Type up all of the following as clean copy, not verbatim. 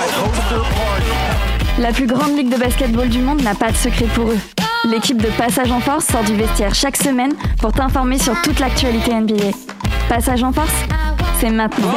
La plus grande ligue de basketball du monde n'a pas de secret pour eux. L'équipe de Passage en Force sort du vestiaire chaque semaine pour t'informer sur toute l'actualité NBA. Passage en Force, c'est maintenant.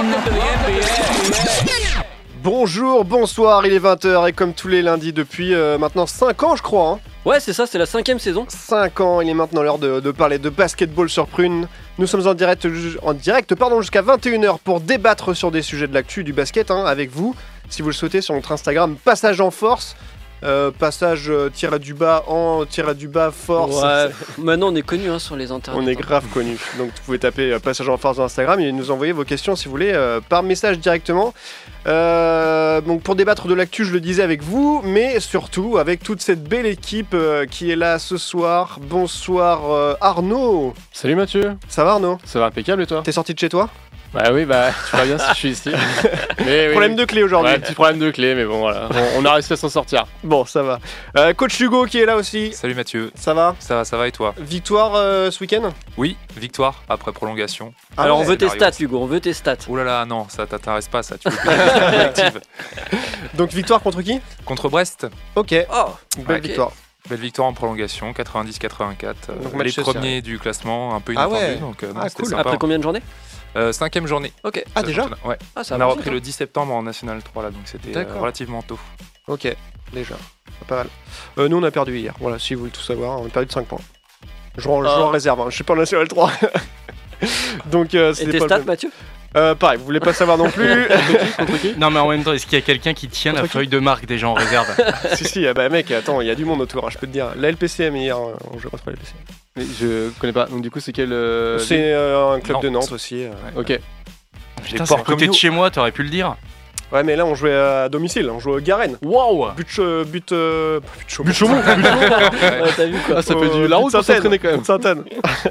Bonjour, bonsoir, il est 20h et comme tous les lundis depuis maintenant 5 ans je crois. Hein. Ouais, c'est ça, c'est la 5e saison. 5 ans, il est maintenant l'heure de parler de basketball sur Prune. Nous sommes en direct jusqu'à 21h pour débattre sur des sujets de l'actu du basket avec vous. Si vous le souhaitez sur notre Instagram, Passage en Force. Passage _du_bas force. Ouais, maintenant on est connu sur les internets. On est grave connu. Donc vous pouvez taper Passage en Force sur Instagram et nous envoyer vos questions si vous voulez par message directement. Donc pour débattre de l'actu, je le disais avec vous, mais surtout avec toute cette belle équipe qui est là ce soir. Bonsoir Arnaud. Salut Mathieu. Ça va Arnaud? Ça va impeccable et toi? T'es sorti de chez toi? Bah oui, tu vois bien si je suis ici. Mais, problème de clé aujourd'hui. Ouais, petit problème de clé, mais bon voilà, on a réussi à s'en sortir. Bon, ça va. Coach Hugo qui est là aussi. Salut Mathieu. Ça va? Ça va et toi? Victoire ce week-end? Oui, victoire après prolongation. Alors on veut tes stats Hugo, on veut tes stats. Oh là là, non, ça t'intéresse pas ça, tu veux que active. Donc victoire contre qui? Contre Brest. Ok, belle victoire. Belle victoire en prolongation, 90-84. Les premiers du classement, un peu inattendus. Ouais. Donc, cool. sympa. Après combien de journées? 5e journée. Ok. Ah déjà? Ouais. Ça on a repris le 10 septembre en National 3 là, donc c'était relativement tôt. Ok, déjà, pas mal. Nous on a perdu hier, voilà, si vous voulez tout savoir, on a perdu de 5 points. Je joue en réserve, je suis pas en National 3. Donc, et tes stats Mathieu? Pareil, vous voulez pas savoir non plus. Contre qui? Non mais en même temps, est-ce qu'il y a quelqu'un qui tient la feuille de marque des gens en réserve? Si, mec, attends, il y a du monde autour, je peux te dire. La LPCM hier, on joue contre la LPCM. Mais je connais pas, donc du coup c'est quel... C'est un club Nantes. de Nantes aussi. Ok. Putain, c'est à côté de chez moi, t'aurais pu le dire. Ouais, mais là on jouait à domicile, on jouait au Garenne. Waouh! But Chaumont. Ouais, t'as vu quoi? Ah, ça fait du la route pour s'entraîner quand même. Sainte-Anne.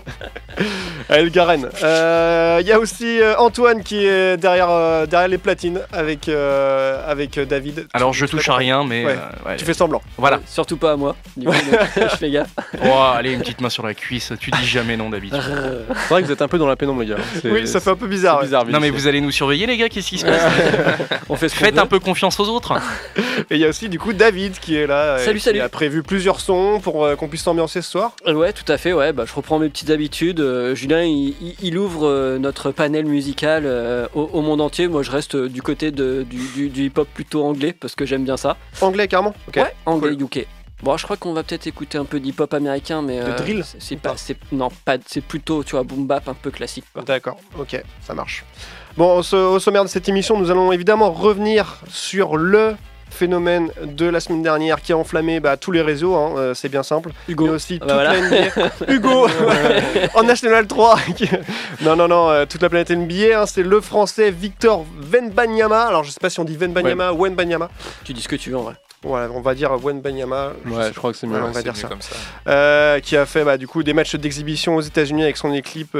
Le Garenne. Il y a aussi Antoine qui est derrière les platines avec David. Alors je touche à rien, mais... Ouais. Tu fais semblant. Voilà. Surtout pas à moi, du coup, je fais gaffe. Oh, allez, une petite main sur la cuisse, tu dis jamais non d'habitude. C'est vrai que vous êtes un peu dans la pénombre les gars. Oui, ça fait un peu bizarre. C'est bizarre. Non mais vous allez nous surveiller les gars, qu'est-ce qui se passe? On fait ce qu'on Faites veut. un peu confiance aux autres. Et il y a aussi du coup David qui est là. Salut. Qui a prévu plusieurs sons pour qu'on puisse s'ambiancer ce soir. Ouais, tout à fait, ouais. Je reprends mes petites habitudes. Julien, il ouvre notre panel musical au monde entier. Moi, je reste du côté du hip-hop plutôt anglais parce que j'aime bien ça. Anglais carrément. Ok. Ouais, anglais Cool. UK. Bon, je crois qu'on va peut-être écouter un peu d'hip-hop américain, mais De drill c'est plutôt, tu vois, boom bap un peu classique, quoi. D'accord, ok, ça marche. Bon, au sommaire de cette émission, nous allons évidemment revenir sur le phénomène de la semaine dernière qui a enflammé tous les réseaux, c'est bien simple. Hugo. Mais aussi toute voilà. la NBA. Hugo en National 3. Non, toute la planète NBA, c'est le français Victor Wembanyama. Alors je sais pas si on dit Wembanyama ou Wembanyama. Tu dis ce que tu veux en vrai. Voilà, on va dire Wembanyama. Ouais, je crois que c'est mieux. on va dire ça. Comme ça. Qui a fait du coup des matchs d'exhibition aux États-Unis avec son équipe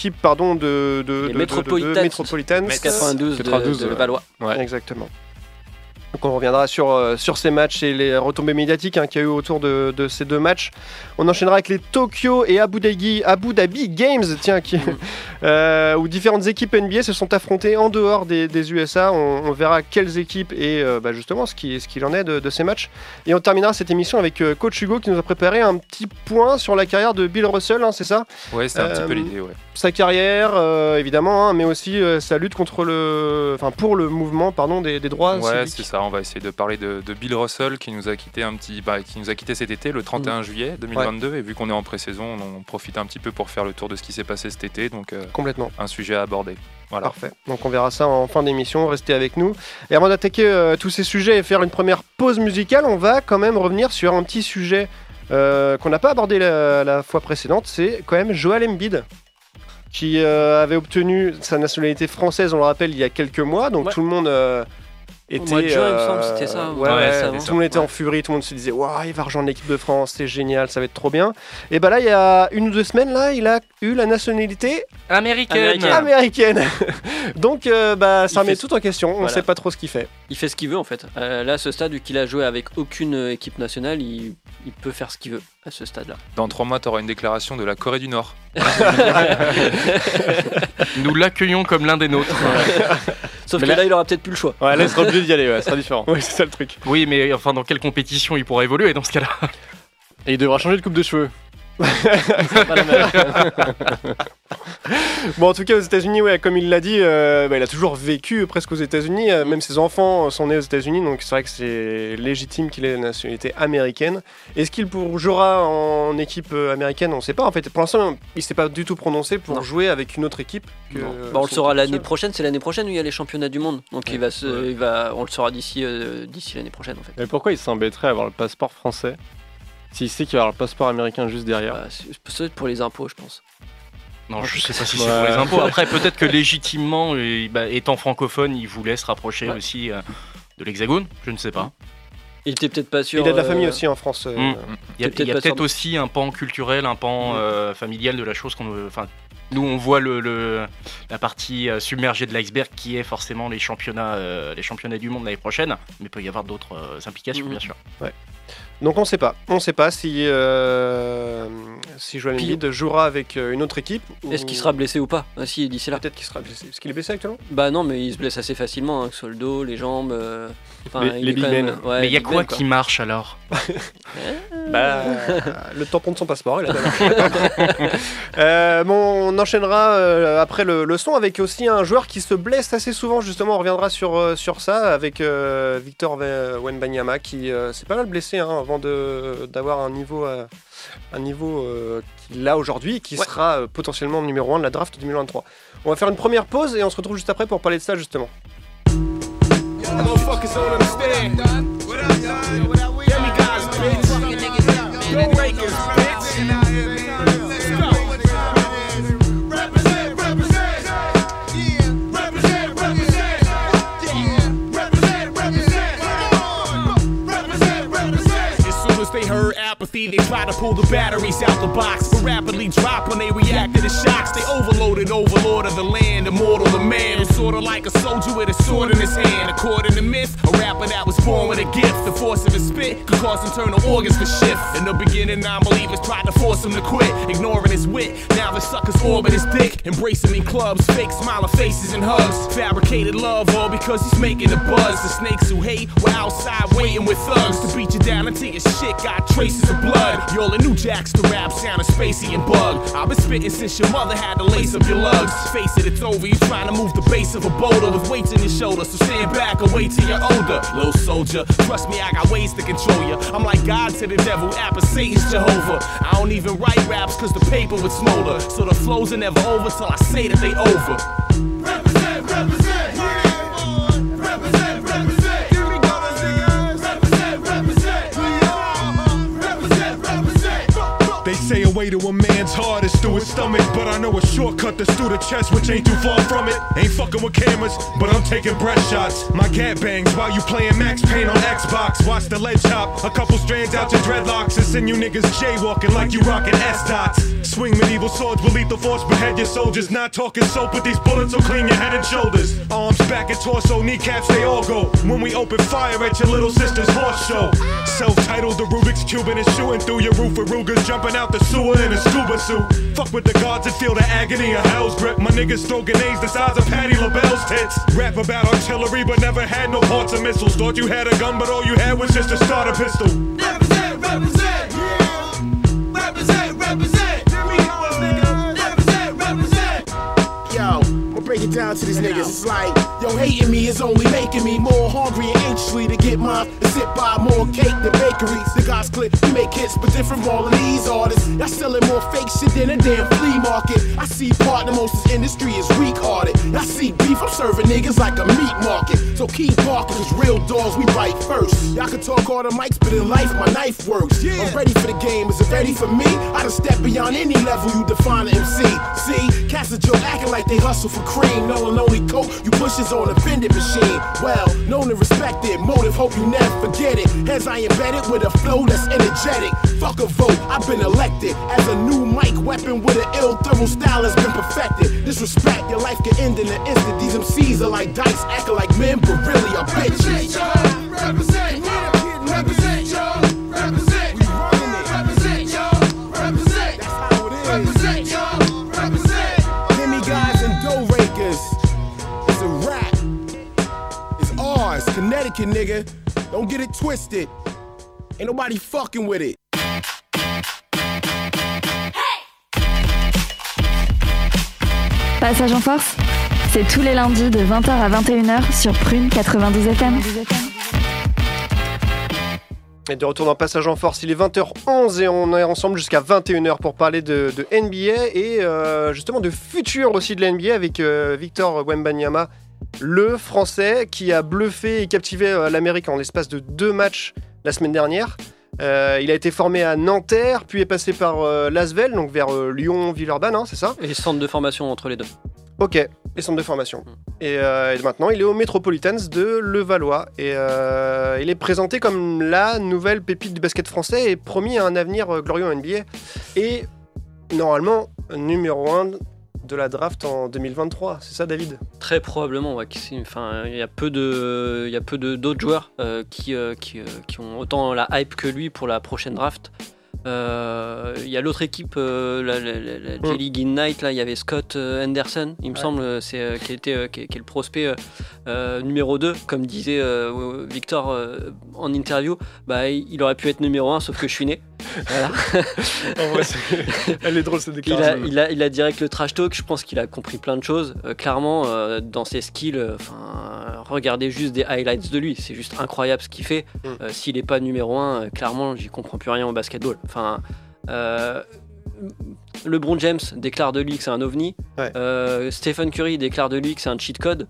de Metropolitans. 92 de Valois. Ouais. Exactement. Donc on reviendra sur ces matchs et les retombées médiatiques qu'il y a eu autour de ces deux matchs. On enchaînera avec les Tokyo et Abu Dhabi Games, où différentes équipes NBA se sont affrontées en dehors des USA. On verra quelles équipes et justement ce qu'il en est de ces matchs. Et on terminera cette émission avec Coach Hugo qui nous a préparé un petit point sur la carrière de Bill Russell, c'est ça? Ouais, c'est un petit peu l'idée, ouais. Sa carrière, évidemment, mais aussi sa lutte pour le mouvement des droits Ouais, civiques. c'est ça. On va essayer de parler de Bill Russell qui nous a quitté cet été, le 31 juillet 2022. Et vu qu'on est en pré-saison, on profite un petit peu pour faire le tour de ce qui s'est passé cet été. Donc Complètement. un sujet à aborder. Voilà. Parfait. Donc on verra ça en fin d'émission. Restez avec nous. Et avant d'attaquer tous ces sujets et faire une première pause musicale, on va quand même revenir sur un petit sujet qu'on n'a pas abordé la fois précédente. C'est quand même Joel Embiid, qui avait obtenu sa nationalité française, on le rappelle, il y a quelques mois. Donc tout le monde était... Au mois de juin, il me semble, c'était ça. Ouais, tout le monde était en furie, tout le monde se disait waouh, il va rejoindre l'équipe de France, c'est génial, ça va être trop bien. Et là, il y a 1 ou 2 semaines, là, il a eu la nationalité américaine. Donc, ça remet tout en question. On ne sait pas trop ce qu'il fait. Il fait ce qu'il veut en fait. Là, à ce stade, vu qu'il a joué avec aucune équipe nationale, il peut faire ce qu'il veut à ce stade-là. Dans 3 mois, tu auras une déclaration de la Corée du Nord. Nous l'accueillons comme l'un des nôtres. Sauf Mais que là- là, il aura peut-être plus le choix. Ouais, là, il sera obligé d'y aller, ouais, ça sera différent. Oui, c'est ça le truc. Oui, mais enfin, dans quelle compétition il pourra évoluer dans ce cas-là? Et il devra changer de coupe de cheveux. Bon, en tout cas, aux États-Unis, ouais, comme il l'a dit, il a toujours vécu presque aux États-Unis. Même ses enfants sont nés aux États-Unis, donc c'est vrai que c'est légitime qu'il ait la nationalité américaine. Est-ce qu'il jouera en équipe américaine? On ne sait pas. En fait, pour l'instant, il ne s'est pas du tout prononcé pour Non. jouer avec une autre équipe. Que Bah, on le son saura équipe l'année seule. prochaine. C'est l'année prochaine où il y a les championnats du monde. Donc Ouais. on le saura d'ici l'année prochaine en fait. Mais pourquoi il s'embêterait à avoir le passeport français s'il sait qu'il va avoir le passeport américain juste derrière? Bah, c'est peut-être pour les impôts, je pense. Non, je sais pas si Ouais. c'est pour les impôts. Après, peut-être que légitimement, étant francophone, il voulait se rapprocher Ouais. aussi de l'Hexagone. Je ne sais pas. Il était peut-être pas sûr. Il a de la famille aussi en France. Il y a, T'es peut-être il y a pas peut-être sûr. aussi un pan culturel, un pan familial de la chose qu'on veut. Enfin, nous, on voit la partie submergée de l'iceberg qui est forcément les championnats du monde l'année prochaine, mais il peut y avoir d'autres implications, bien sûr. Donc on ne sait pas. On ne sait pas si Joel Puis- Embiid jouera avec une autre équipe. Est-ce qu'il sera blessé ou pas? Ah si, d'ici là. Peut-être qu'il sera blessé. Est-ce qu'il est blessé actuellement? Bah non, mais il se blesse assez facilement, que ce soit le dos, les jambes. Enfin, Les il est big quand même- men. ouais, mais il y a big quoi men, quoi. qui marche alors? Le tampon de son passeport, il a on enchaînera après le son avec aussi un joueur qui se blesse assez souvent. Justement, on reviendra sur ça avec Victor Wembanyama qui s'est pas mal blessé avant d'avoir un niveau qu'il a aujourd'hui et qui sera potentiellement numéro 1 de la draft 2023. On va faire une première pause et on se retrouve juste après pour parler de ça justement. Motherfuckers don't understand. Let me guys, bitch. Go Lakers, bitch. Let's go. Represent, represent. Yeah. Represent, represent. Yeah. Represent, represent. Represent, represent. As soon as they heard apathy, they try to pull the batteries out the box, but rapidly drop when they react to the shocks. They overloaded, overlord of the land, immortal the man, who's sorta like a soldier with a sword in his hand. According to myth, a rapper that was born with a gift. The force of his spit could cause internal organs to shift. In the beginning, non-believers tried to force him to quit, ignoring his wit. Now the suckers orbit his dick, embracing in clubs, fake smiling faces and hugs. Fabricated love, all because he's making the buzz. The snakes who hate were outside waiting with thugs to beat you down until your shit got traces of blood. Y'all the new jacks to rap, sounding spacey and bug. I've been spitting since your mother had to lace up your lugs. Face it, it's over. You trying to move the base of a boulder with weights in your shoulders. So stand back and wait till you're older, little soldier. Trust me, I got ways to control you. I'm like God to the devil, Apple Satan's Jehovah. I don't even write raps cause the paper would smolder. So the flows are never over till I say that they over. Represent, represent, yeah. Represent, represent. Here we go, niggas. Represent, represent. Represent, represent. They say a way to a man's heart is through his stomach, but I know a shortcut that's through the chest, which ain't too far from it. Ain't fucking with cameras, but I'm taking breath shots. My gat bangs while you playing Max Payne on Xbox. Watch the lead chop, a couple strands out your dreadlocks, and send you niggas jaywalking like you rockin' S-dots. Swing medieval swords with lethal force, behead your soldiers. Not talking soap, but these bullets will clean your head and shoulders. Arms, back and torso, kneecaps, they all go when we open fire at your little sister's horse show. Self-titled, the Rubik's Cube and it's shooting through your roof. Rugas jumping out the sewer in a scuba suit. Fuck with the guards and feel the agony of hell's grip. My niggas throw grenades the size of Patti LaBelle's tits. Rap about artillery, but never had no parts of missiles. Thought you had a gun, but all you had was just a starter pistol. Represent, represent, yeah. Represent, represent. Here we go, nigga. Represent, represent. Yo, we'll break it down to these niggas. It's like, yo, hating me is only making me more hungry and anxiously to get mine and sit by more cake than bakeries. The guys click, we make hits, but different from all of these artists. Y'all selling more fake shit than a damn flea market. I see partner most of this industry is weak-hearted. I see beef, I'm serving niggas like a meat market. So keep barking, cause real dogs, we bite first. Y'all can talk all the mics, but in life, my knife works. I'm ready for the game, is it ready for me? I done step beyond any level you define an MC. See, cats a joke acting like they hustle for cream. Knowing only coke you push is on a vending machine. Well, known and respected, motive, hope you never forget it. Heads I embedded with a flow that's energetic. Fuck a vote, I've been elected as a new mic weapon with an ill thermal style has been perfected. Disrespect, your life can end in an instant. These MCs are like dice, acting like men, but really are bitches. Represent, represent, y'all. Represent, represent, y'all. Represent, that's how it is. Represent, y'all. Represent. Gimme guys and dough rakers. It's a rap. fucking nigga. Don't get it twisted. Ain't nobody fucking with it. Passage en force, c'est tous les lundis de 20h à 21h sur Prune 92 FM. Et de retour dans Passage en force, il est 20h11 et on est ensemble jusqu'à 21h pour parler de NBA et justement de futur aussi de la NBA avec Victor Wembanyama, le Français qui a bluffé et captivé l'Amérique en l'espace de 2 matchs la semaine dernière. Il a été formé à Nanterre, puis est passé par Lasvel, donc vers Lyon, Villeurbanne, hein, c'est ça ? Et centre de formation entre les deux. Ok, et centre de formation. Et maintenant, il est au Metropolitans de Levallois. Et il est présenté comme la nouvelle pépite du basket français et promis à un avenir glorieux en NBA. Et normalement, numéro 1 de la draft en 2023. C'est ça, David ? Très probablement. Ouais, il y a peu d'autres joueurs qui ont autant la hype que lui pour la prochaine draft. Il y a l'autre équipe, la J-League Ignite, là il y avait Scott Henderson, il me semble, qui est le prospect numéro 2, comme disait Victor en interview. Il aurait pu être numéro 1, sauf que je suis né. Voilà. En vrai, elle est drôle cette déclaration. Il a direct le trash talk, je pense qu'il a compris plein de choses. Clairement, dans ses skills, regardez juste des highlights de lui, c'est juste incroyable ce qu'il fait. S'il n'est pas numéro 1, clairement, j'y comprends plus rien au basketball. LeBron James déclare de lui que c'est un ovni. Stephen Curry déclare de lui que c'est un cheat code.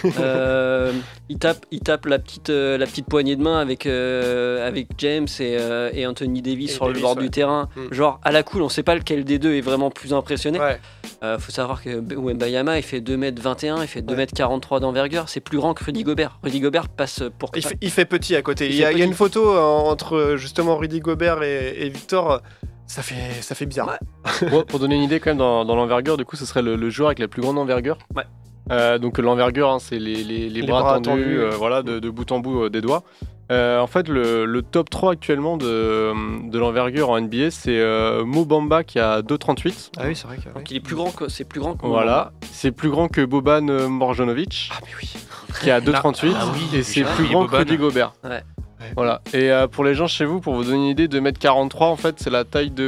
Il tape la petite poignée de main avec James et Anthony Davis sur le bord du terrain. Genre à la cool, on sait pas lequel des deux est vraiment plus impressionné. Faut savoir que Wembanyama il fait 2m21, il fait 2m43 d'envergure, c'est plus grand que Rudy Gobert. Rudy Gobert passe pour... Il fait petit à côté. Il y a une photo entre justement Rudy Gobert et Victor. Ça fait bizarre. Pour donner une idée quand même dans l'envergure, du coup ce serait le joueur avec la plus grande envergure. Donc l'envergure, hein, c'est les bras tendus, de bout en bout des doigts. En fait, le top 3 actuellement de l'envergure en NBA, c'est Mo Bamba qui a 2,38. Ah oui, c'est vrai. Donc il est plus grand que voilà, c'est plus grand que Boban Marjanovic. Ah mais oui. Qui a 2,38 et c'est plus grand que Rudy Gobert. Voilà. Et pour les gens chez vous, pour vous donner une idée, 2m43 en fait, c'est la taille de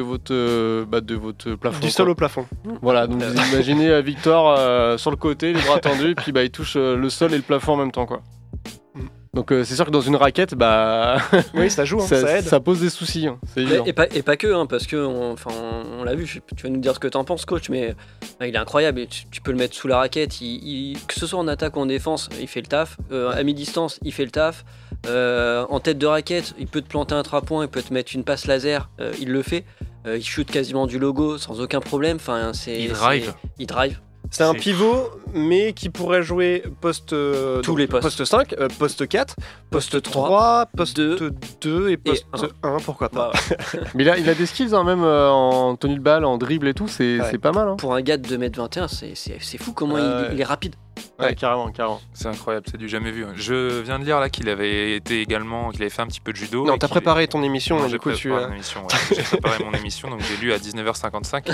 votre plafond. Du sol au plafond. Voilà, donc vous imaginez Victor sur le côté, les bras tendus, et puis il touche le sol et le plafond en même temps, quoi. Donc c'est sûr que dans une raquette, oui, ça joue, ça aide. Ça pose des soucis, hein, c'est évident. Et pas que, parce que on l'a vu. Tu vas nous dire ce que t'en penses, coach, mais il est incroyable. Et tu peux le mettre sous la raquette. Que ce soit en attaque ou en défense, il fait le taf. À mi-distance, il fait le taf. En tête de raquette, il peut te planter un 3-points, il peut te mettre une passe laser, il le fait. Il shoot quasiment du logo sans aucun problème. Il drive. C'est un pivot, mais qui pourrait jouer tous les postes. Poste 5, poste 4, poste 3, poste 2 et poste 1, pourquoi pas. Mais il a des skills, hein, même en tenue de balle, en dribble et tout, c'est pas mal. Hein. Pour un gars de 2m21, c'est fou comment il est rapide. Ouais, carrément. C'est incroyable, c'est du jamais vu. Je viens de lire là qu'il avait fait un petit peu de judo. Non, t'as préparé ton émission. Non, j'ai préparé mon émission, donc j'ai lu à 19h55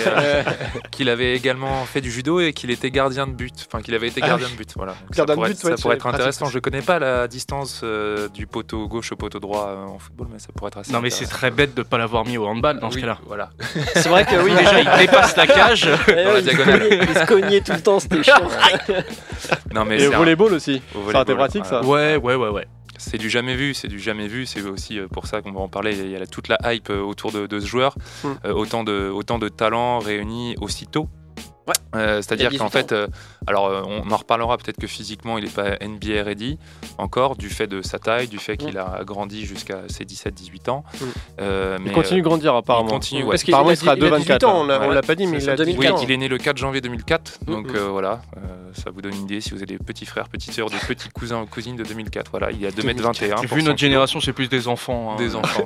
qu'il avait également fait du judo et qu'il était gardien de but. Enfin, qu'il avait été gardien de but. Voilà. Donc ça pourrait être intéressant. Je connais pas la distance du poteau gauche au poteau droit en football, mais ça pourrait être assez Non, mais c'est très bête de pas l'avoir mis au handball dans ce cas-là. Voilà. C'est vrai que oui, déjà il dépasse la cage dans la diagonale. Il se cognait tout le temps, c'était chiant. Non, mais et au volleyball aussi. Ça a été pratique, ça. Ouais. C'est du jamais vu. C'est aussi pour ça qu'on va en parler. Il y a toute la hype autour de ce joueur. Autant de talents réunis aussitôt. C'est-à-dire qu'en fait, on en reparlera, peut-être que physiquement il n'est pas NBA ready encore, du fait de sa taille, du fait qu'il a grandi jusqu'à ses 17-18 ans. Il continue de grandir apparemment. Il continue, Parce qu'il sera 2-24 ans, on l'a pas dit, mais il a 2004. Oui, il est né le 4 janvier 2004, donc voilà, ça vous donne une idée si vous avez des petits frères, petites sœurs, des petits cousins ou cousines de 2004. Voilà, il y a 2m21. Vu notre génération, c'est plus des enfants. Des enfants.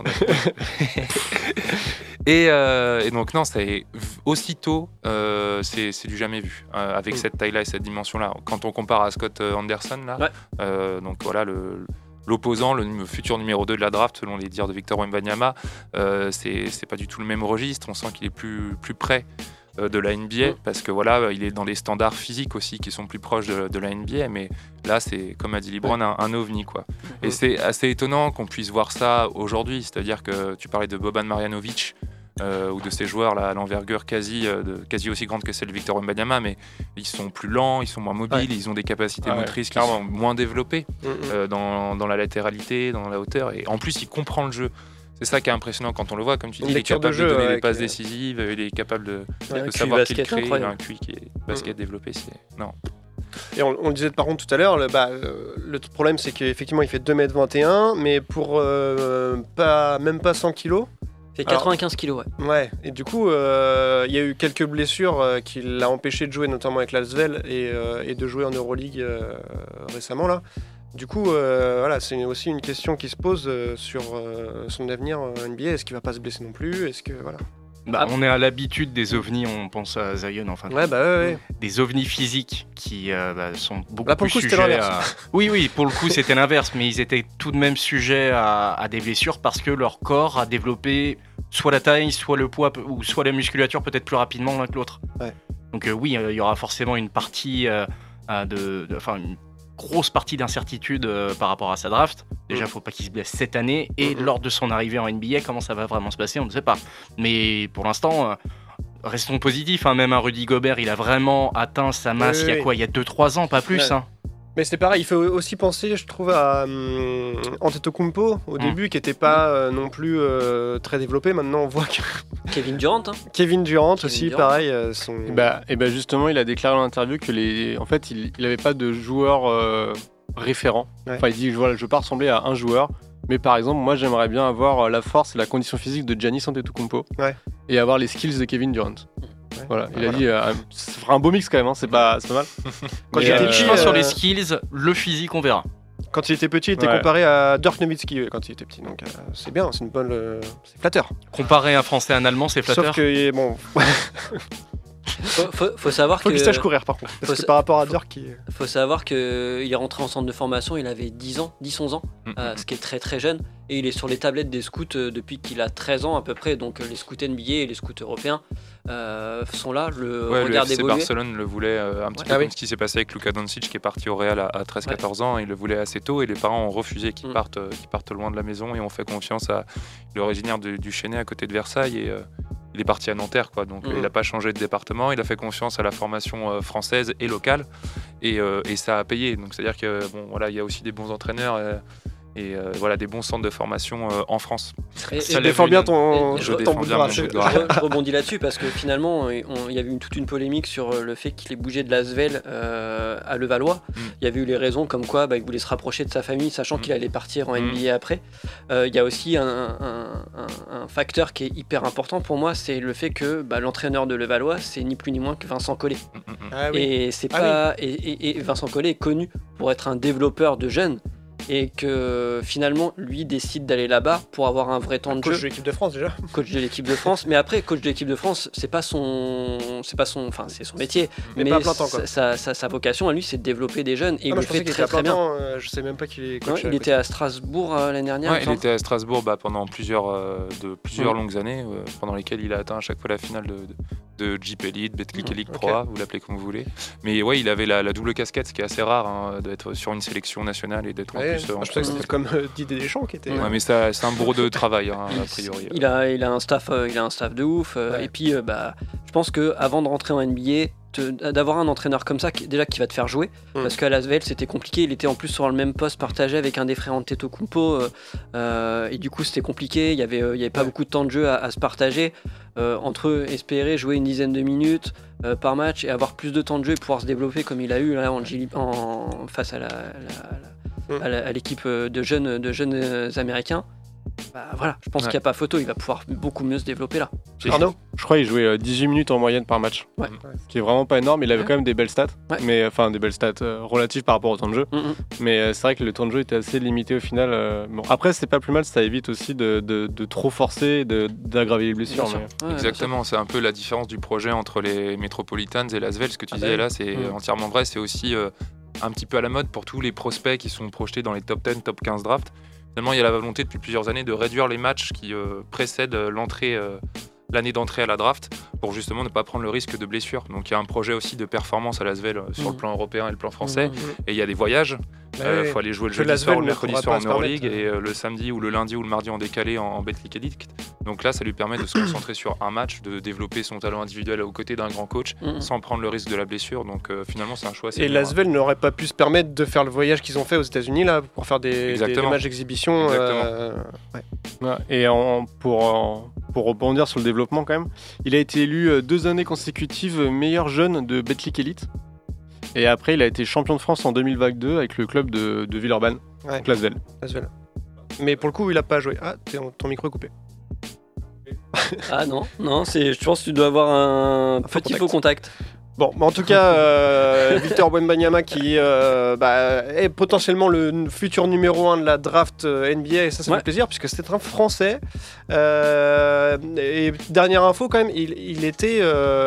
Et donc non, c'est aussitôt, c'est du jamais vu avec cette taille-là et cette dimension-là. Quand on compare à Scott Anderson là, donc voilà l'opposant, le futur numéro 2 de la draft, selon les dires de Victor Wembanyama, c'est pas du tout le même registre. On sent qu'il est plus près de la NBA, parce que voilà, il est dans des standards physiques aussi qui sont plus proches de la NBA, mais là c'est, comme a dit LeBron, un ovni quoi. Et c'est assez étonnant qu'on puisse voir ça aujourd'hui, c'est-à-dire que tu parlais de Boban Marjanovic ou de ces joueurs là à l'envergure quasi aussi grande que celle de Victor Wembanyama, mais ils sont plus lents, ils sont moins mobiles, ils ont des capacités motrices qui sont moins développées dans la latéralité, dans la hauteur, et en plus il comprend le jeu. C'est ça qui est impressionnant quand on le voit, comme tu dis, il est capable de donner des passes décisives, il est capable de savoir qu'il crée, il a un QI qui est basket développé. Non. Et on le disait par contre tout à l'heure, le problème c'est qu'effectivement il fait 2m21, mais pour même pas 100 kg. Il fait 95 kg, ouais. Ouais, et du coup, il y a eu quelques blessures qui l'ont empêché de jouer, notamment avec l'Asvel et de jouer en Euroleague récemment là. Du coup, voilà, c'est aussi une question qui se pose sur son avenir en NBA. Est-ce qu'il va pas se blesser non plus ? Est-ce que voilà. On est à l'habitude des ovnis, on pense à Zion enfin. Ouais. Des ovnis physiques qui sont beaucoup là, pour plus le coup, sujets à... Oui, pour le coup c'était l'inverse, mais ils étaient tout de même sujets à des blessures parce que leur corps a développé soit la taille, soit le poids, ou soit la musculature peut-être plus rapidement l'un que l'autre. Ouais. Donc oui, il y aura forcément une partie une grosse partie d'incertitude par rapport à sa draft. Déjà, faut pas qu'il se blesse cette année. Et lors de son arrivée en NBA, comment ça va vraiment se passer, on ne sait pas. Mais pour l'instant, restons positifs. Même un Rudy Gobert, il a vraiment atteint sa masse il y a 2-3 ans, pas plus. Mais c'est pareil, il faut aussi penser, je trouve, à Antetokounmpo au début, qui n'était pas non plus très développé. Maintenant, on voit que... Kevin Durant. Kevin Durant aussi, pareil. Justement, il a déclaré dans l'interview que en fait, il n'avait pas de joueur référent. Ouais. Enfin, il dit, voilà, je ne veux pas ressembler à un joueur. Mais par exemple, moi, j'aimerais bien avoir la force et la condition physique de Giannis Antetokounmpo et avoir les skills de Kevin Durant. Voilà, il a dit, ça fera un beau mix quand même, c'est pas mal. Quand j'étais petit, sur les skills, le physique, on verra. Quand il était petit, il était comparé à Dirk Nowitzki quand il était petit, donc c'est bien, c'est une bonne, c'est flatteur. Comparer un Français à un Allemand, c'est flatteur. Sauf que bon. Faut savoir faut qu'il sache courir par contre. Parce que par rapport à Dirk faut savoir qu'il est rentré en centre de formation, il avait 10-11 ans, ce qui est très très jeune, et il est sur les tablettes des scouts depuis qu'il a 13 ans à peu près, donc les scouts NBA et les scouts européens sont là, regardent le FC évoluer. Barcelone le voulait un petit peu comme ce qui s'est passé avec Luka Doncic qui est parti au Real à 13-14 ans, il le voulait assez tôt et les parents ont refusé qu'il parte loin de la maison et ont fait confiance à l'originaire du Chesnay à côté de Versailles et il est parti à Nanterre quoi, donc il n'a pas changé de département, il a fait confiance à la formation française et locale et ça a payé, donc c'est à dire que il y a aussi des bons entraîneurs et des bons centres de formation en France. Ça défend bien ton je rebondis là-dessus parce que finalement il y avait toute une polémique sur le fait qu'il ait bougé de l'Asvel à Levallois. Il y avait eu les raisons comme quoi il voulait se rapprocher de sa famille sachant qu'il allait partir en NBA après. Il y a aussi un facteur qui est hyper important pour moi, c'est le fait que l'entraîneur de Levallois c'est ni plus ni moins que Vincent Collet. Et c'est et Vincent Collet est connu pour être un développeur de jeunes. Et que finalement lui décide d'aller là-bas pour avoir un vrai temps de jeu. Coach de l'équipe de France déjà. Coach de l'équipe de France, mais après coach de l'équipe de France, c'est son métier. Mais pas à plein temps quoi. Sa vocation à lui, c'est de développer des jeunes et il le fait très très bien. Je sais même pas qu'il est coach. Il était à Strasbourg l'année dernière. Ouais, il était à Strasbourg pendant plusieurs longues années, pendant lesquelles il a atteint à chaque fois la finale de Jeep Elite, Betclic Elite Pro A, vous l'appelez comme vous voulez. Mais il avait la double casquette, ce qui est assez rare d'être sur une sélection nationale et d'être en plus. Je pensais que c'était comme Didier Deschamps qui était. Ouais, mais c'est un bourreau de travail a priori. Il a un staff de ouf. Et puis je pense que avant de rentrer en NBA, d'avoir un entraîneur comme ça qui va te faire jouer, parce qu'à l'Asvel c'était compliqué, il était en plus sur le même poste partagé avec un des frères Antetokounmpo et du coup c'était compliqué, il y avait pas beaucoup de temps de jeu à se partager entre espérer jouer une dizaine de minutes par match et avoir plus de temps de jeu et pouvoir se développer comme il a eu là face à l'équipe de jeunes américains. Je pense qu'il n'y a pas photo, il va pouvoir beaucoup mieux se développer là. Arnaud, je crois qu'il jouait 18 minutes en moyenne par match, ce qui est vraiment pas énorme. Il avait quand même des belles stats, mais des belles stats relatives par rapport au temps de jeu. Mais c'est vrai que le temps de jeu était assez limité au final. Après, c'est pas plus mal, ça évite aussi de trop forcer, d'aggraver les blessures. Exactement, c'est un peu la différence du projet entre les Metropolitans et l'Asvel. Ce que tu disais là, c'est entièrement vrai. C'est aussi un petit peu à la mode pour tous les prospects qui sont projetés dans les top 10, top 15 drafts. Finalement, il y a la volonté depuis plusieurs années de réduire les matchs qui précèdent l'entrée l'année d'entrée à la draft pour justement ne pas prendre le risque de blessure. Donc il y a un projet aussi de performance à l'Asvel sur le plan européen et le plan français. Et il y a des voyages. Il faut aller jouer le jeudi soir ou le mercredi soir en Euroleague et le samedi ou le lundi ou le mardi en décalé en Betclic Elite. Donc là, ça lui permet de se concentrer sur un match, de développer son talent individuel aux côtés d'un grand coach sans prendre le risque de la blessure. Donc finalement, c'est un choix. Et l'Asvel n'aurait pas pu se permettre de faire le voyage qu'ils ont fait aux États-Unis là pour faire des matchs d'exhibition. Et pour rebondir sur le développement quand même, il a été élu 2 années consécutives meilleur jeune de Betclic Elite. Et après, il a été champion de France en 2022 avec le club de Villeurbanne, donc l'Asvel. Mais pour le coup, il a pas joué. Ah, ton micro est coupé. Ah non, je pense que tu dois avoir un petit faux contact. Bon, en tout cas, Victor Wembanyama qui est potentiellement le futur numéro 1 de la draft NBA, et ça fait plaisir puisque c'est un Français. Et dernière info quand même, il était...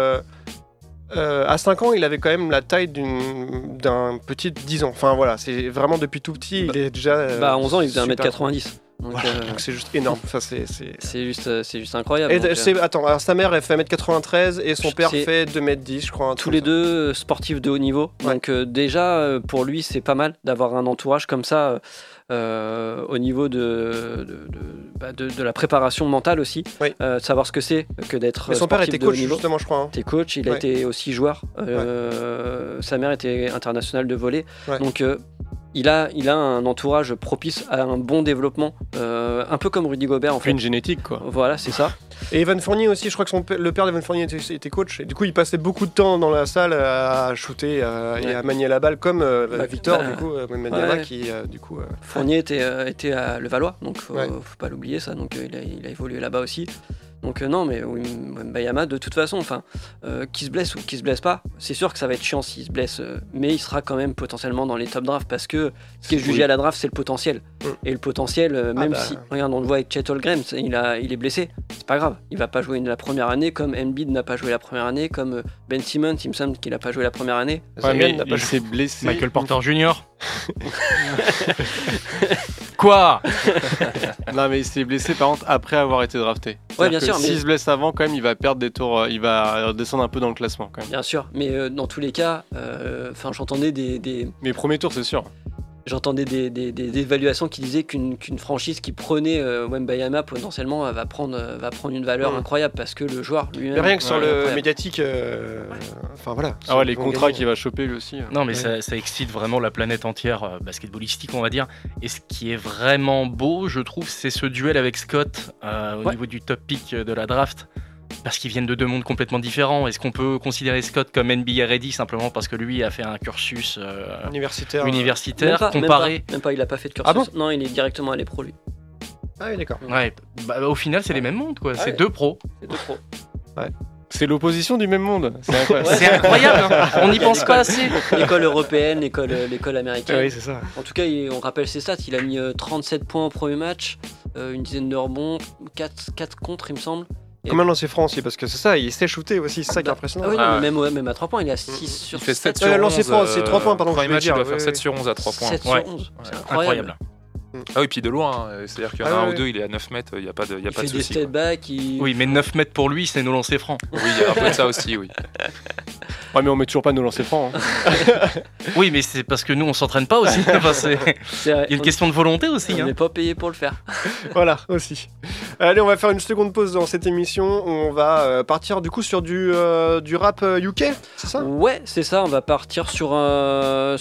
à 5 ans, il avait quand même la taille d'un petit de 10 ans. Enfin voilà, c'est vraiment depuis tout petit, il est déjà... à 11 ans, il faisait 1m90. Donc c'est juste énorme. Enfin, c'est juste incroyable. Attends, sa mère elle fait 1m93 et son père fait 2m10, je crois. Tous les deux sportifs de haut niveau. Donc déjà, pour lui, c'est pas mal d'avoir un entourage comme ça. Au niveau de la préparation mentale aussi, savoir ce que c'est que d'être son père était coach niveau. Justement, je crois. T'es coach, il a été aussi joueur. Sa mère était internationale de volley, donc il a un entourage propice à un bon développement, un peu comme Rudy Gobert en fait. Une génétique quoi. Voilà, c'est ça. Et Evan Fournier aussi, je crois que le père d'Evan Fournier était coach, et du coup il passait beaucoup de temps dans la salle à shooter et à manier la balle comme Victor, du coup, qui du coup... Fournier était à Levallois, donc faut pas l'oublier ça, donc il a évolué là-bas aussi. Donc non, mais Wembanyama, de toute façon, qu'il se blesse ou qu'il se blesse pas, c'est sûr que ça va être chiant s'il se blesse, mais il sera quand même potentiellement dans les top drafts parce que ce qui est jugé à la draft, c'est le potentiel. Et le potentiel, si, regarde, on le voit avec Chet Holmgren, il est blessé, c'est pas grave, il va pas jouer la première année, comme Embiid n'a pas joué la première année, comme Ben Simmons, il me semble qu'il a pas joué la première année. Mais il s'est blessé. Michael Porter Jr. Quoi? Non mais il s'est blessé par contre après avoir été drafté. Ouais, bien sûr. S'il se blesse avant, quand même, il va perdre des tours, il va descendre un peu dans le classement quand même. Bien sûr, mais dans tous les cas, j'entendais Mes premiers tours, c'est sûr. J'entendais des évaluations qui disaient qu'une franchise qui prenait Wembanyama potentiellement va prendre une valeur incroyable parce que le joueur lui-même. Mais rien que sur le médiatique, enfin voilà. Ah ouais, les contrats qu'il va choper lui aussi. Non mais ça excite vraiment la planète entière basketballistique on va dire. Et ce qui est vraiment beau, je trouve, c'est ce duel avec Scott au niveau du top pick de la draft. Parce qu'ils viennent de 2 mondes complètement différents. Est-ce qu'on peut considérer Scott comme NBA ready simplement parce que lui a fait un cursus universitaire comparé Même pas, il a pas fait de cursus. Ah bon? Non, il est directement allé pro lui. Ah oui, d'accord. Ouais, au final, c'est les mêmes mondes quoi. C'est 2 pros. C'est 2 pros. Ouais. C'est l'opposition du même monde. C'est incroyable. C'est incroyable. On n'y pense pas assez. L'école européenne, l'école américaine. Oui, c'est ça. En tout cas, on rappelle ses stats. Il a mis 37 points au premier match, une dizaine de rebonds, 4 contre, il me semble. Comme un lancer franc aussi, parce que c'est ça, il sait shooter aussi, c'est ça qui est impressionnant. Ah oui, même à 3 points, il est à 6 sur 7. Il fait 7 sur 11. Lancer franc, c'est 3 points, pardon. Premier match, il doit faire 7 sur 11 à 3 points. 7 sur 11, c'est incroyable. Ah oui, puis de loin, c'est-à-dire qu'il y en a un ou deux, il est à 9 mètres, il n'y a pas de souci. Il fait des step back. Oui, mais 9 mètres pour lui, c'est nos lancers francs. Oui, il y a un peu de ça aussi, oui. Ouais, mais on met toujours pas nos lancers francs. Oui, mais c'est parce que nous, on s'entraîne pas aussi. Il y a une question de volonté aussi. On n'est pas payé pour le faire. Voilà, aussi. Allez, on va faire une seconde pause dans cette émission. On va partir du coup sur du rap UK, c'est ça? Ouais, c'est ça. On va partir sur un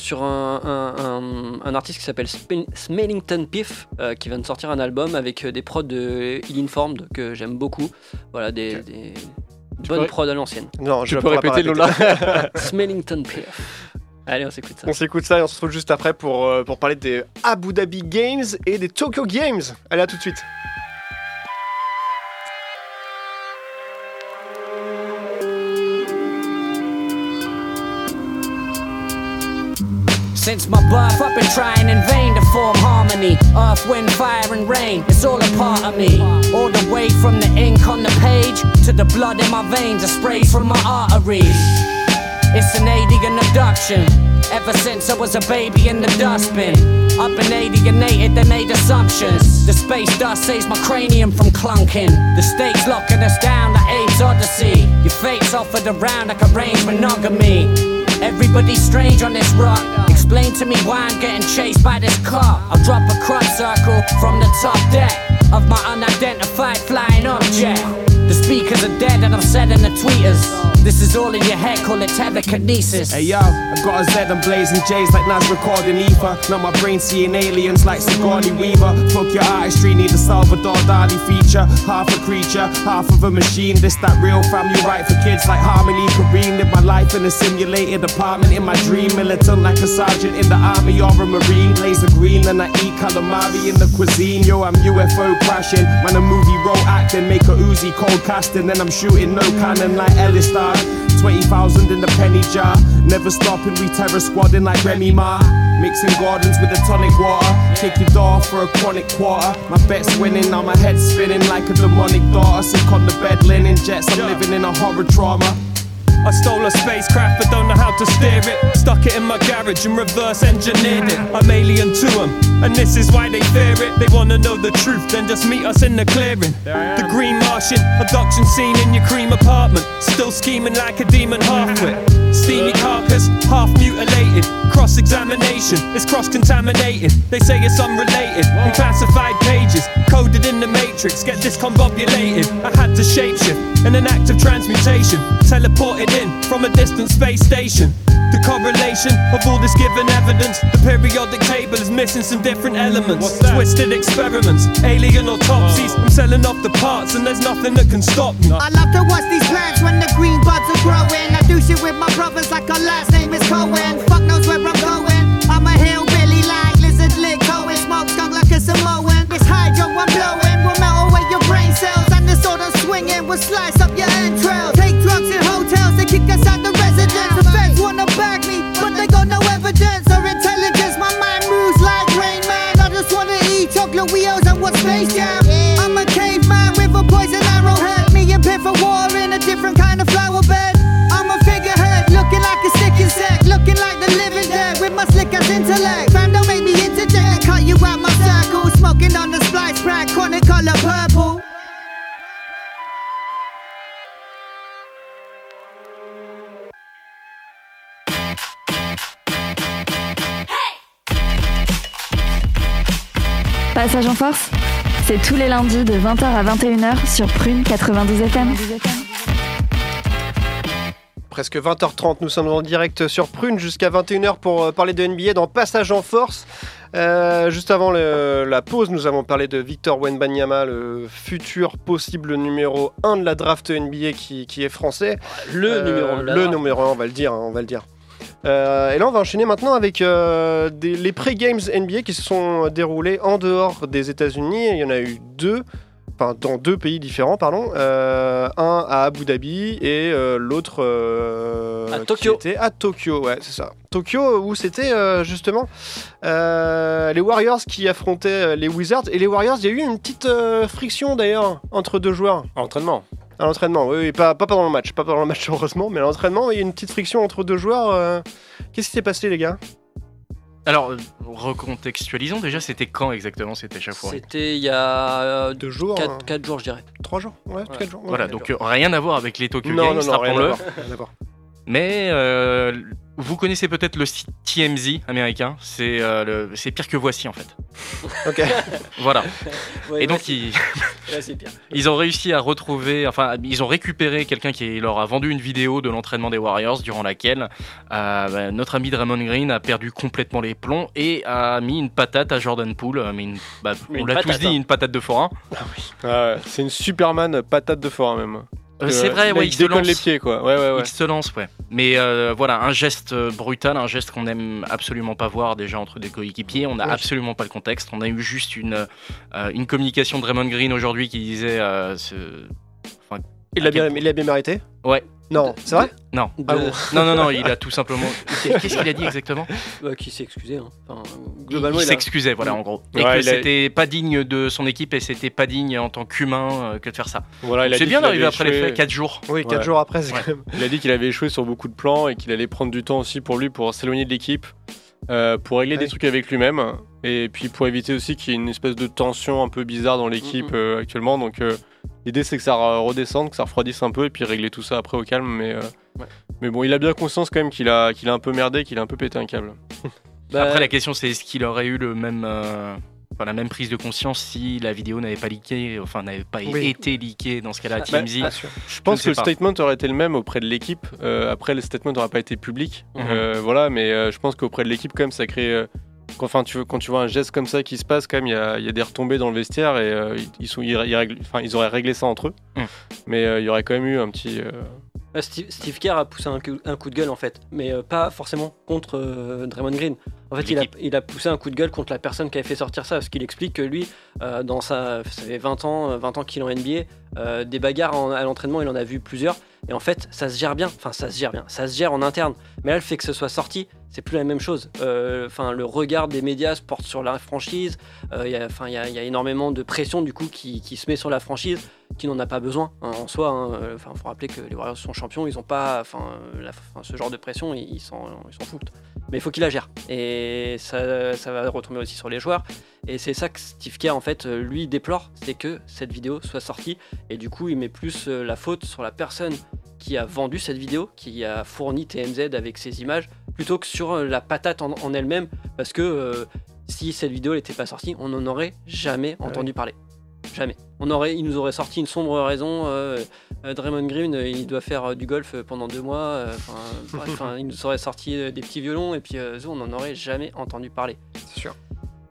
artiste qui s'appelle Smellington Piff, qui vient de sortir un album avec des prods de Ill Informed que j'aime beaucoup. Voilà, des bonnes prods à l'ancienne. Non, tu peux répéter Lola. Smellington Piff. Allez, on s'écoute ça. On s'écoute ça et on se retrouve juste après pour parler des Abu Dhabi Games et des Tokyo Games. Allez, à tout de suite. Since my birth, I've been trying in vain to form harmony. Earth, wind, fire and rain, it's all a part of me. All the way from the ink on the page to the blood in my veins that sprays from my arteries. It's an alien abduction. Ever since I was a baby in the dustbin, I've been alienated, they made assumptions. The space dust saves my cranium from clunking. The stakes locking us down like AIDS Odyssey. Your fate's offered around like arranged monogamy. Everybody's strange on this rock. Explain to me why I'm getting chased by this car. I'll drop a crop circle from the top deck of my unidentified flying object. The speakers are dead and I'm setting the tweeters. This is all in your head, call it telekinesis. Hey yo, I got a Z and blazing J's like Nas recording ether. Now my brain seeing aliens like Sigourney Weaver. Fuck your artistry, need a Salvador Dali feature. Half a creature, half of a machine. This that real family right for kids like Harmony Korine. Live my life in a simulated apartment in my dream. Militant like a sergeant in the army or a marine. Laser green and I eat calamari in the cuisine. Yo, I'm UFO crashing. Man, a movie role acting. Make a Uzi cold casting. Then I'm shooting no cannon like Ellis Star. 20,000 in the penny jar. Never stopping, we terror squadding like Remy Ma. Mixing Gordons with the tonic water. Kick your door for a chronic quarter. My bet's winning, now my head's spinning like a demonic daughter. Sick on the bed, linen jets, I'm living in a horror trauma. I stole a spacecraft but don't know how to steer it. Stuck it in my garage and reverse engineered it. I'm alien to them, and this is why they fear it. They wanna know the truth, then just meet us in the clearing. The Green Martian, abduction scene in your cream apartment. Still scheming like a demon half-wit. Steamy carcass, half mutilated. Cross-examination, it's cross-contaminated. They say it's unrelated. In classified pages, coded in the matrix, get discombobulated. I had to shapeshift in an act of transmutation. Teleported in from a distant space station. The correlation of all this given evidence. The periodic table is missing some different elements. Twisted experiments, alien autopsies. I'm selling off the parts and there's nothing that can stop me. I love to watch these plants when the green buds are growing. I do shit with my brothers like our last name is Cohen. Fuck knows where I'm going. I'm a hillbilly like lizard lick Cohen. Smoke skunk like a Samoan. This hydro I'm blowing will melt away your brain cells. And the sword I'm swinging will slice up your entrails. Take drugs in hotels, they kick us out the residence. The feds wanna bag me, but they got no evidence or intelligence. My mind moves like Rain Man. I just wanna eat chocolate wheels and watch Space Jam. I'm a caveman with a poison arrowhead. Me and Pit for war in a different kind of flower bed. I'm a figurehead, looking like a stick insect. Looking like the living dead with my slick ass intellect. Fam, don't make me interject and cut you out my circle. Smoking on the splice crack, chronic color purple. Passage en force, c'est tous les lundis de 20h à 21h sur Prune 92 FM. Presque 20h30, nous sommes en direct sur Prune jusqu'à 21h pour parler de NBA dans Passage en force. Juste avant la pause, nous avons parlé de Victor Wembanyama, le futur possible numéro 1 de la draft NBA qui est français. Le numéro 1, on va le dire. Et là on va enchaîner maintenant avec les pré-games NBA qui se sont déroulés en dehors des États-Unis. Il y en a eu deux, enfin dans deux pays différents, pardon. Un à Abu Dhabi et l'autre à Tokyo. Qui était à Tokyo, ouais, c'est ça. Tokyo où c'était justement les Warriors qui affrontaient les Wizards. Et les Warriors, il y a eu une petite friction d'ailleurs entre deux joueurs. À l'entraînement, oui, pas pendant le match, heureusement, mais à l'entraînement, il y a une petite friction entre deux joueurs. Qu'est-ce qui s'est passé, les gars ? Alors, recontextualisons déjà, c'était quand exactement cette échauffourée ? C'était il y a 2 jours. 4 jours, je dirais. 3 jours, ouais, 4 jours. Ouais, voilà, donc rien à voir avec les Tokyo Games, rappelons-le. D'accord. Mais vous connaissez peut-être le site TMZ américain, c'est pire que Voici en fait. Ok. Voilà. Ouais, et donc c'est pire. ils ont réussi à retrouver, enfin ils ont récupéré quelqu'un qui leur a vendu une vidéo de l'entraînement des Warriors durant laquelle notre ami Draymond Green a perdu complètement les plombs et a mis une patate à Jordan Poole. On l'a tous dit, une patate de forain. Ah oui. C'est une Superman patate de forain même. C'est vrai, ouais, il se décolle les pieds, quoi. Ouais. Il se lance, ouais. Mais voilà, un geste brutal, un geste qu'on aime absolument pas voir déjà entre des coéquipiers. On n'a absolument pas le contexte. On a eu juste une communication de Draymond Green aujourd'hui qui disait. Il l'a bien mérité. Ouais. Non, c'est vrai ? Non. Ah bon. Non, il a tout simplement. Qu'est-ce qu'il a dit exactement ? Qui s'est excusé. Hein. Enfin, globalement, il s'excusait, voilà, en gros. Et que c'était pas digne de son équipe et c'était pas digne en tant qu'humain que de faire ça. Voilà, c'est bien d'arriver après les faits, 4 jours. Oui, 4 jours après, c'est quand même. Il a dit qu'il avait échoué sur beaucoup de plans et qu'il allait prendre du temps aussi pour lui pour s'éloigner de l'équipe, pour régler des trucs avec lui-même et puis pour éviter aussi qu'il y ait une espèce de tension un peu bizarre dans l'équipe actuellement. Donc l'idée c'est que ça redescende, que ça refroidisse un peu et puis régler tout ça après au calme. Mais bon, il a bien conscience quand même qu'il a un peu merdé, qu'il a un peu pété un câble. Après la question c'est est-ce qu'il aurait eu la même prise de conscience si la vidéo n'avait pas leaké, n'avait pas été leakée dans ce cas-là à TMZ. Je pense que le statement aurait été le même auprès de l'équipe. Après, le statement n'aurait pas été public. Voilà, mais je pense qu'auprès de l'équipe, quand même, ça crée. Quand tu vois un geste comme ça qui se passe, quand même, il y a des retombées dans le vestiaire et ils auraient réglé ça entre eux. Mais il y aurait quand même eu un petit. Steve Kerr a poussé un coup de gueule en fait, mais pas forcément contre Draymond Green. En fait, il a poussé un coup de gueule contre la personne qui avait fait sortir ça, parce qu'il explique que lui, ça fait 20 ans qu'il est en NBA, des bagarres à l'entraînement, il en a vu plusieurs, et en fait, ça se gère bien, ça se gère en interne. Mais là, le fait que ce soit sorti, c'est plus la même chose. Le regard des médias se porte sur la franchise, il y a énormément de pression du coup qui se met sur la franchise, qui n'en a pas besoin en soi. Faut rappeler que les Warriors sont champions, ils n'ont pas, ce genre de pression, ils s'en foutent. Mais il faut qu'il la gère. Et ça va retomber aussi sur les joueurs. Et c'est ça que Steve Kerr, en fait, lui déplore, c'est que cette vidéo soit sortie. Et du coup, il met plus la faute sur la personne qui a vendu cette vidéo, qui a fourni TMZ avec ses images, plutôt que sur la patate en elle-même. Parce que si cette vidéo n'était pas sortie, on n'en aurait jamais entendu parler. Jamais. Il nous aurait sorti une sombre raison. Draymond Green, il doit faire du golf pendant 2 mois. Il nous aurait sorti des petits violons et puis on n'en aurait jamais entendu parler. C'est sûr.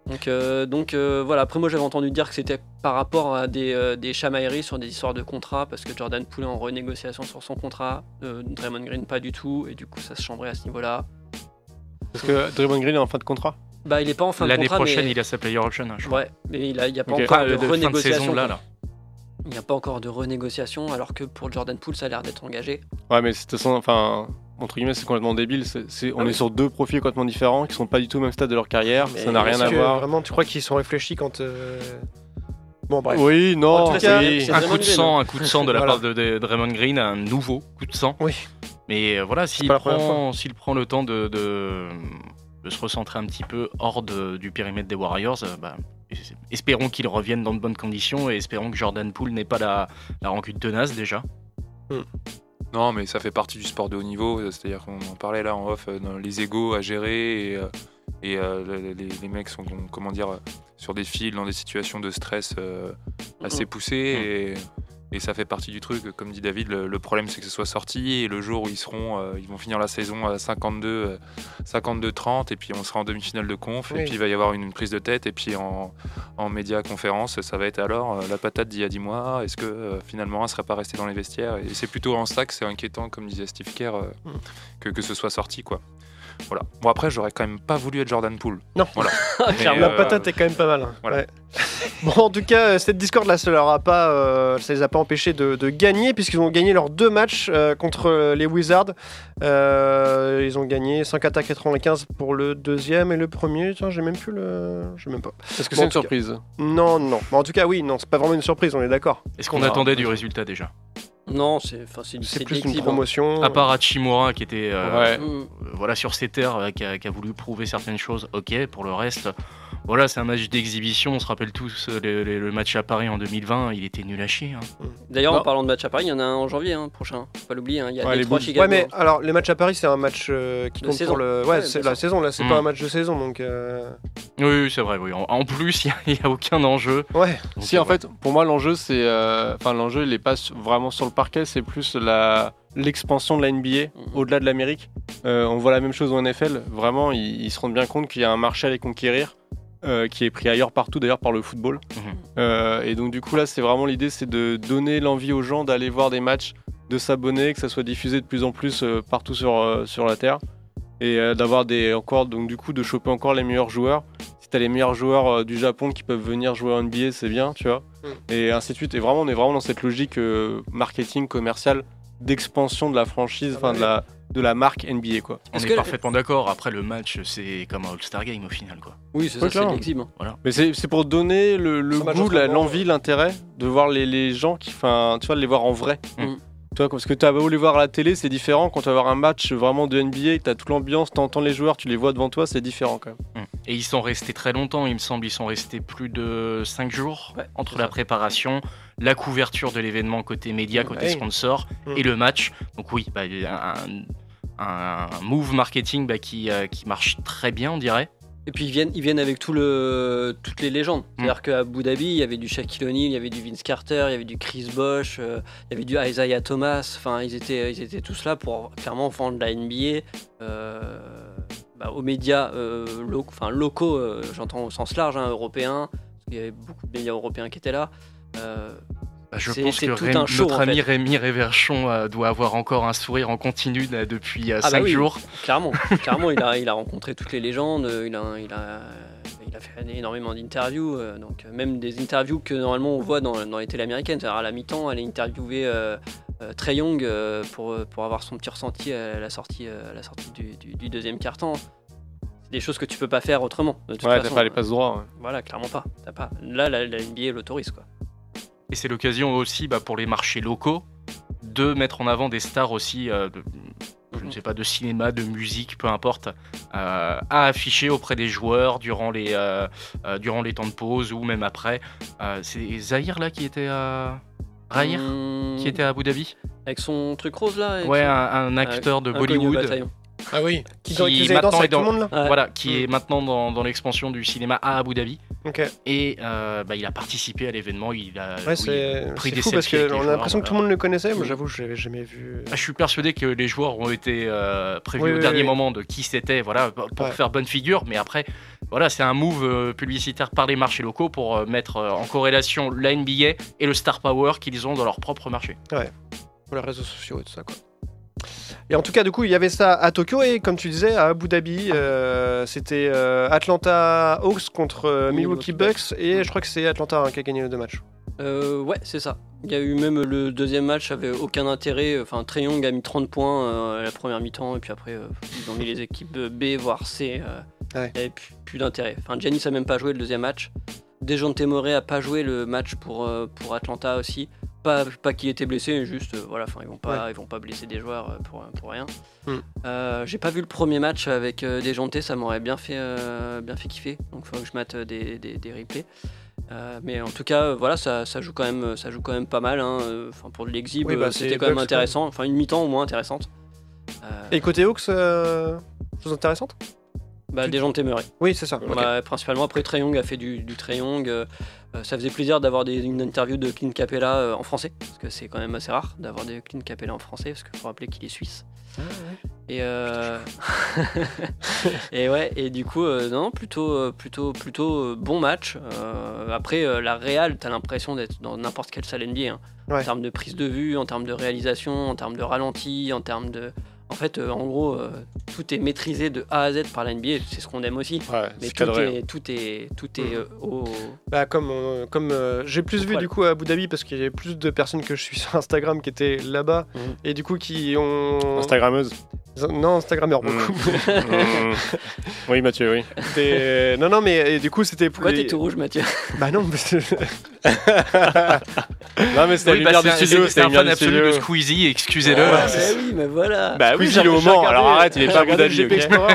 Donc voilà. Après moi j'avais entendu dire que c'était par rapport à des chamailleries sur des histoires de contrat, parce que Jordan Poole est en renégociation sur son contrat, Draymond Green pas du tout, et du coup ça se chambrait à ce niveau-là. Parce que Draymond Green est en fin de contrat. Il est pas en fin de contrat. L'année prochaine, il a sa player option, je crois. Ouais, mais il y a pas encore de renégociation. Fin de saison, là. Il n'y a pas encore de renégociation, alors que pour Jordan Poole, ça a l'air d'être engagé. Ouais, mais de toute façon, entre guillemets, c'est complètement débile. On est sur 2 profils complètement différents qui sont pas du tout au même stade de leur carrière. Mais ça n'a rien à voir. Vraiment, tu crois qu'ils sont réfléchis quand Bon, bref. Oui, non. En tout cas, un coup de sang de la part de Draymond Green, un nouveau coup de sang. Oui. Mais voilà, s'il prend le temps de se recentrer un petit peu hors du périmètre des Warriors, espérons qu'ils reviennent dans de bonnes conditions et espérons que Jordan Poole n'ait pas la rancune tenace déjà. Non, mais ça fait partie du sport de haut niveau, c'est-à-dire qu'on en parlait là en off, dans les égos à gérer et les mecs sont sur des fils, dans des situations de stress assez poussées et ça fait partie du truc. Comme dit David, le problème c'est que ce soit sorti et le jour où ils vont finir la saison à 52-30 et puis on sera en demi-finale de conf et puis il va y avoir une prise de tête et puis en média conférence ça va être alors la patate d'il y a 10 mois, est-ce que finalement elle serait pas restée dans les vestiaires, et c'est plutôt en ça que c'est inquiétant, comme disait Steve Kerr, que ce soit sorti quoi. Voilà. Bon, après, j'aurais quand même pas voulu être Jordan Poole. Non. Voilà. La patate est quand même pas mal. Voilà. Ouais. Bon, en tout cas, cette Discord là, ça les a pas empêchés de gagner, puisqu'ils ont gagné leurs 2 matchs contre les Wizards. Ils ont gagné 5-4-95 pour le deuxième et le premier. Tiens, j'ai même pas. Est-ce que c'est une surprise ? Non. En tout cas, oui, non, c'est pas vraiment une surprise, on est d'accord. Est-ce qu'on attendait du résultat déjà ? Non, c'est plus une promotion. À part Hachimura qui était sur ses terres, qui a voulu prouver certaines choses, ok. Pour le reste, voilà, c'est un match d'exhibition. On se rappelle tous le match à Paris en 2020, il était nul à chier. D'ailleurs, en parlant de match à Paris, il y en a un en janvier prochain. Faut pas l'oublier. Il y a Détroit Chicago. Ouais, mais alors les matchs à Paris, c'est un match qui compte pour le. Ouais, c'est la saison là. C'est pas un match de saison, donc. Oui, c'est vrai. Oui. En plus, il y a aucun enjeu. Ouais. Donc, si en fait, pour moi, l'enjeu, c'est, l'enjeu, il est pas vraiment sur le parquet, c'est plus l'expansion de la NBA au-delà de l'Amérique. On voit la même chose en NFL. Vraiment, ils se rendent bien compte qu'il y a un marché à les conquérir qui est pris ailleurs partout, d'ailleurs par le football. Et donc du coup là, c'est vraiment l'idée, c'est de donner l'envie aux gens d'aller voir des matchs, de s'abonner, que ça soit diffusé de plus en plus partout sur la terre, et d'avoir donc du coup de choper encore les meilleurs joueurs. Si t'as les meilleurs joueurs du Japon qui peuvent venir jouer en NBA, c'est bien, tu vois. Et ainsi de suite. Et vraiment, on est vraiment dans cette logique marketing commercial d'expansion de la franchise, de la marque NBA, quoi. On est parfaitement d'accord. Après, le match, c'est comme un All-Star Game au final, quoi. Oui, c'est ça, c'est l'exhibe. Voilà. Mais c'est pour donner le goût, l'envie, l'intérêt de voir les gens tu vois, de les voir en vrai. Tu vois, parce que tu as beau les voir à la télé, c'est différent. Quand tu vas voir un match vraiment de NBA, tu as toute l'ambiance, tu entends les joueurs, tu les vois devant toi, c'est différent quand même. Et ils sont restés très longtemps, il me semble. Ils sont restés plus de 5 jours entre la préparation, la couverture de l'événement côté média, côté sponsor et le match. Donc oui, un move marketing qui marche très bien, on dirait. Et puis ils viennent avec toutes les légendes. C'est-à-dire qu'à Abu Dhabi, il y avait du Shaquille O'Neal, il y avait du Vince Carter, il y avait du Chris Bosh, il y avait du Isaiah Thomas. Enfin, ils étaient tous là pour clairement vendre la NBA aux médias locaux, j'entends au sens large, européens. Il y avait beaucoup de médias européens qui étaient là. Je pense que notre ami Rémi Réverchon doit avoir encore un sourire en continu depuis 5 jours. Clairement, il a rencontré toutes les légendes, il a fait énormément d'interviews, donc même des interviews que normalement on voit dans les télés américaines. C'est-à-dire à la mi-temps, aller interviewer Trae Young pour avoir son petit ressenti à la sortie du deuxième quart-temps. C'est des choses que tu peux pas faire autrement. De toute façon, t'as pas les passes droits. Voilà, clairement pas. Là, la NBA l'autorise, quoi. Et c'est l'occasion aussi pour les marchés locaux de mettre en avant des stars aussi, je ne sais pas, de cinéma, de musique, peu importe, à afficher auprès des joueurs durant les temps de pause ou même après. C'est Zahir là qui était à qui était à Abu Dhabi avec son truc rose là. Ouais, un acteur de Bollywood. Ah oui, qui maintenant est qui est maintenant dans l'expansion du cinéma à Abu Dhabi. Et il a participé à l'événement, il a pris des selfies parce qu'on a l'impression que tout le monde le connaissait. Moi j'avoue, je l'avais jamais vu. Je suis persuadé que les joueurs ont été prévenus au dernier moment de qui c'était, pour faire bonne figure. Mais après, c'est un move publicitaire par les marchés locaux pour mettre en corrélation la NBA et le star power qu'ils ont dans leur propre marché. Ouais, pour les réseaux sociaux et tout ça, quoi. Et en tout cas, du coup, il y avait ça à Tokyo et comme tu disais, à Abu Dhabi, c'était Atlanta Hawks contre Milwaukee Bucks et je crois que c'est Atlanta qui a gagné les 2 matchs. Ouais, c'est ça. Il y a eu même le deuxième match, avait aucun intérêt. Enfin, Trae Young a mis 30 points à la première mi-temps et puis après, ils ont mis les équipes B voire C. Il n'y avait plus d'intérêt. Enfin, Giannis n'a même pas joué le deuxième match. Dejounte Murray n'a pas joué le match pour Atlanta aussi. Pas qu'il était blessé, juste ils vont pas blesser des joueurs pour rien. J'ai pas vu le premier match avec Dejounte, ça m'aurait bien fait kiffer. Donc il faut que je mate des replays. Mais en tout cas, ça joue quand même pas mal. Pour l'exhibe, c'était quand même intéressant. Enfin, une mi-temps au moins intéressante. Et côté Hawks, chose intéressante. Dejounte Murray. Oui, c'est ça. Principalement, après Trae Young a fait du Trae Young. Ça faisait plaisir d'avoir une interview de Clint Capella en français, parce que c'est quand même assez rare d'avoir des Clint Capella en français, parce qu'il faut rappeler qu'il est suisse. Et et du coup, plutôt bon match. Après, la Real, t'as l'impression d'être dans n'importe quelle salle NBA. En termes de prise de vue, en termes de réalisation, en termes de ralenti, en termes de... En fait, en gros, tout est maîtrisé de A à Z par la NBA, c'est ce qu'on aime aussi. Mais tout est au... Comme j'ai plus vu du coup à Abu Dhabi parce qu'il y avait plus de personnes que je suis sur Instagram qui étaient là-bas et du coup qui ont... Instagrammeuse. Non, Instagrammeur beaucoup. Oui, Mathieu, oui. Non, mais du coup, c'était... Pourquoi t'es tout rouge, Mathieu? Bah non, parce que... Non, mais c'était la lumière du studio. C'était un fan absolu de Squeezie, excusez-le. Oui, mais voilà. Bah oui, il est au Mans, alors arrête, il est pas à Abu Dhabi.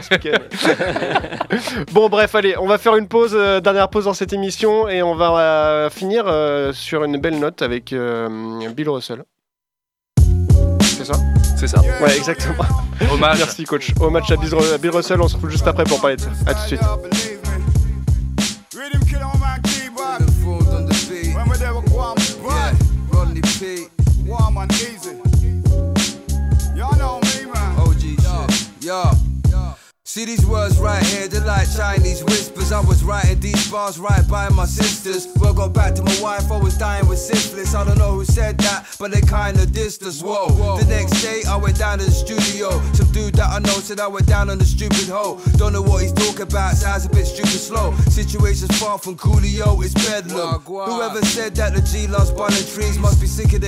Bon, bref, allez, on va faire une pause, dernière pause dans cette émission, et on va finir sur une belle note avec Bill Russell. C'est ça? C'est ça. Ouais, exactement. Hommage. Merci, coach. Hommage à Bill Russell, on se retrouve juste après pour parler de ça. A tout de suite. See these words right here, they're like Chinese whispers. I was writing these bars right by my sisters. Well, got back to my wife, I was dying with syphilis. I don't know who said that, but they kinda dissed us. Whoa. The next day, I went down to the studio. Some dude that I know said I went down on the stupid hoe. Don't know what he's talking about, sounds a bit stupid slow. Situation's far from coolio, it's bedlam. Whoever said that the G loves buying trees must be sick of the head,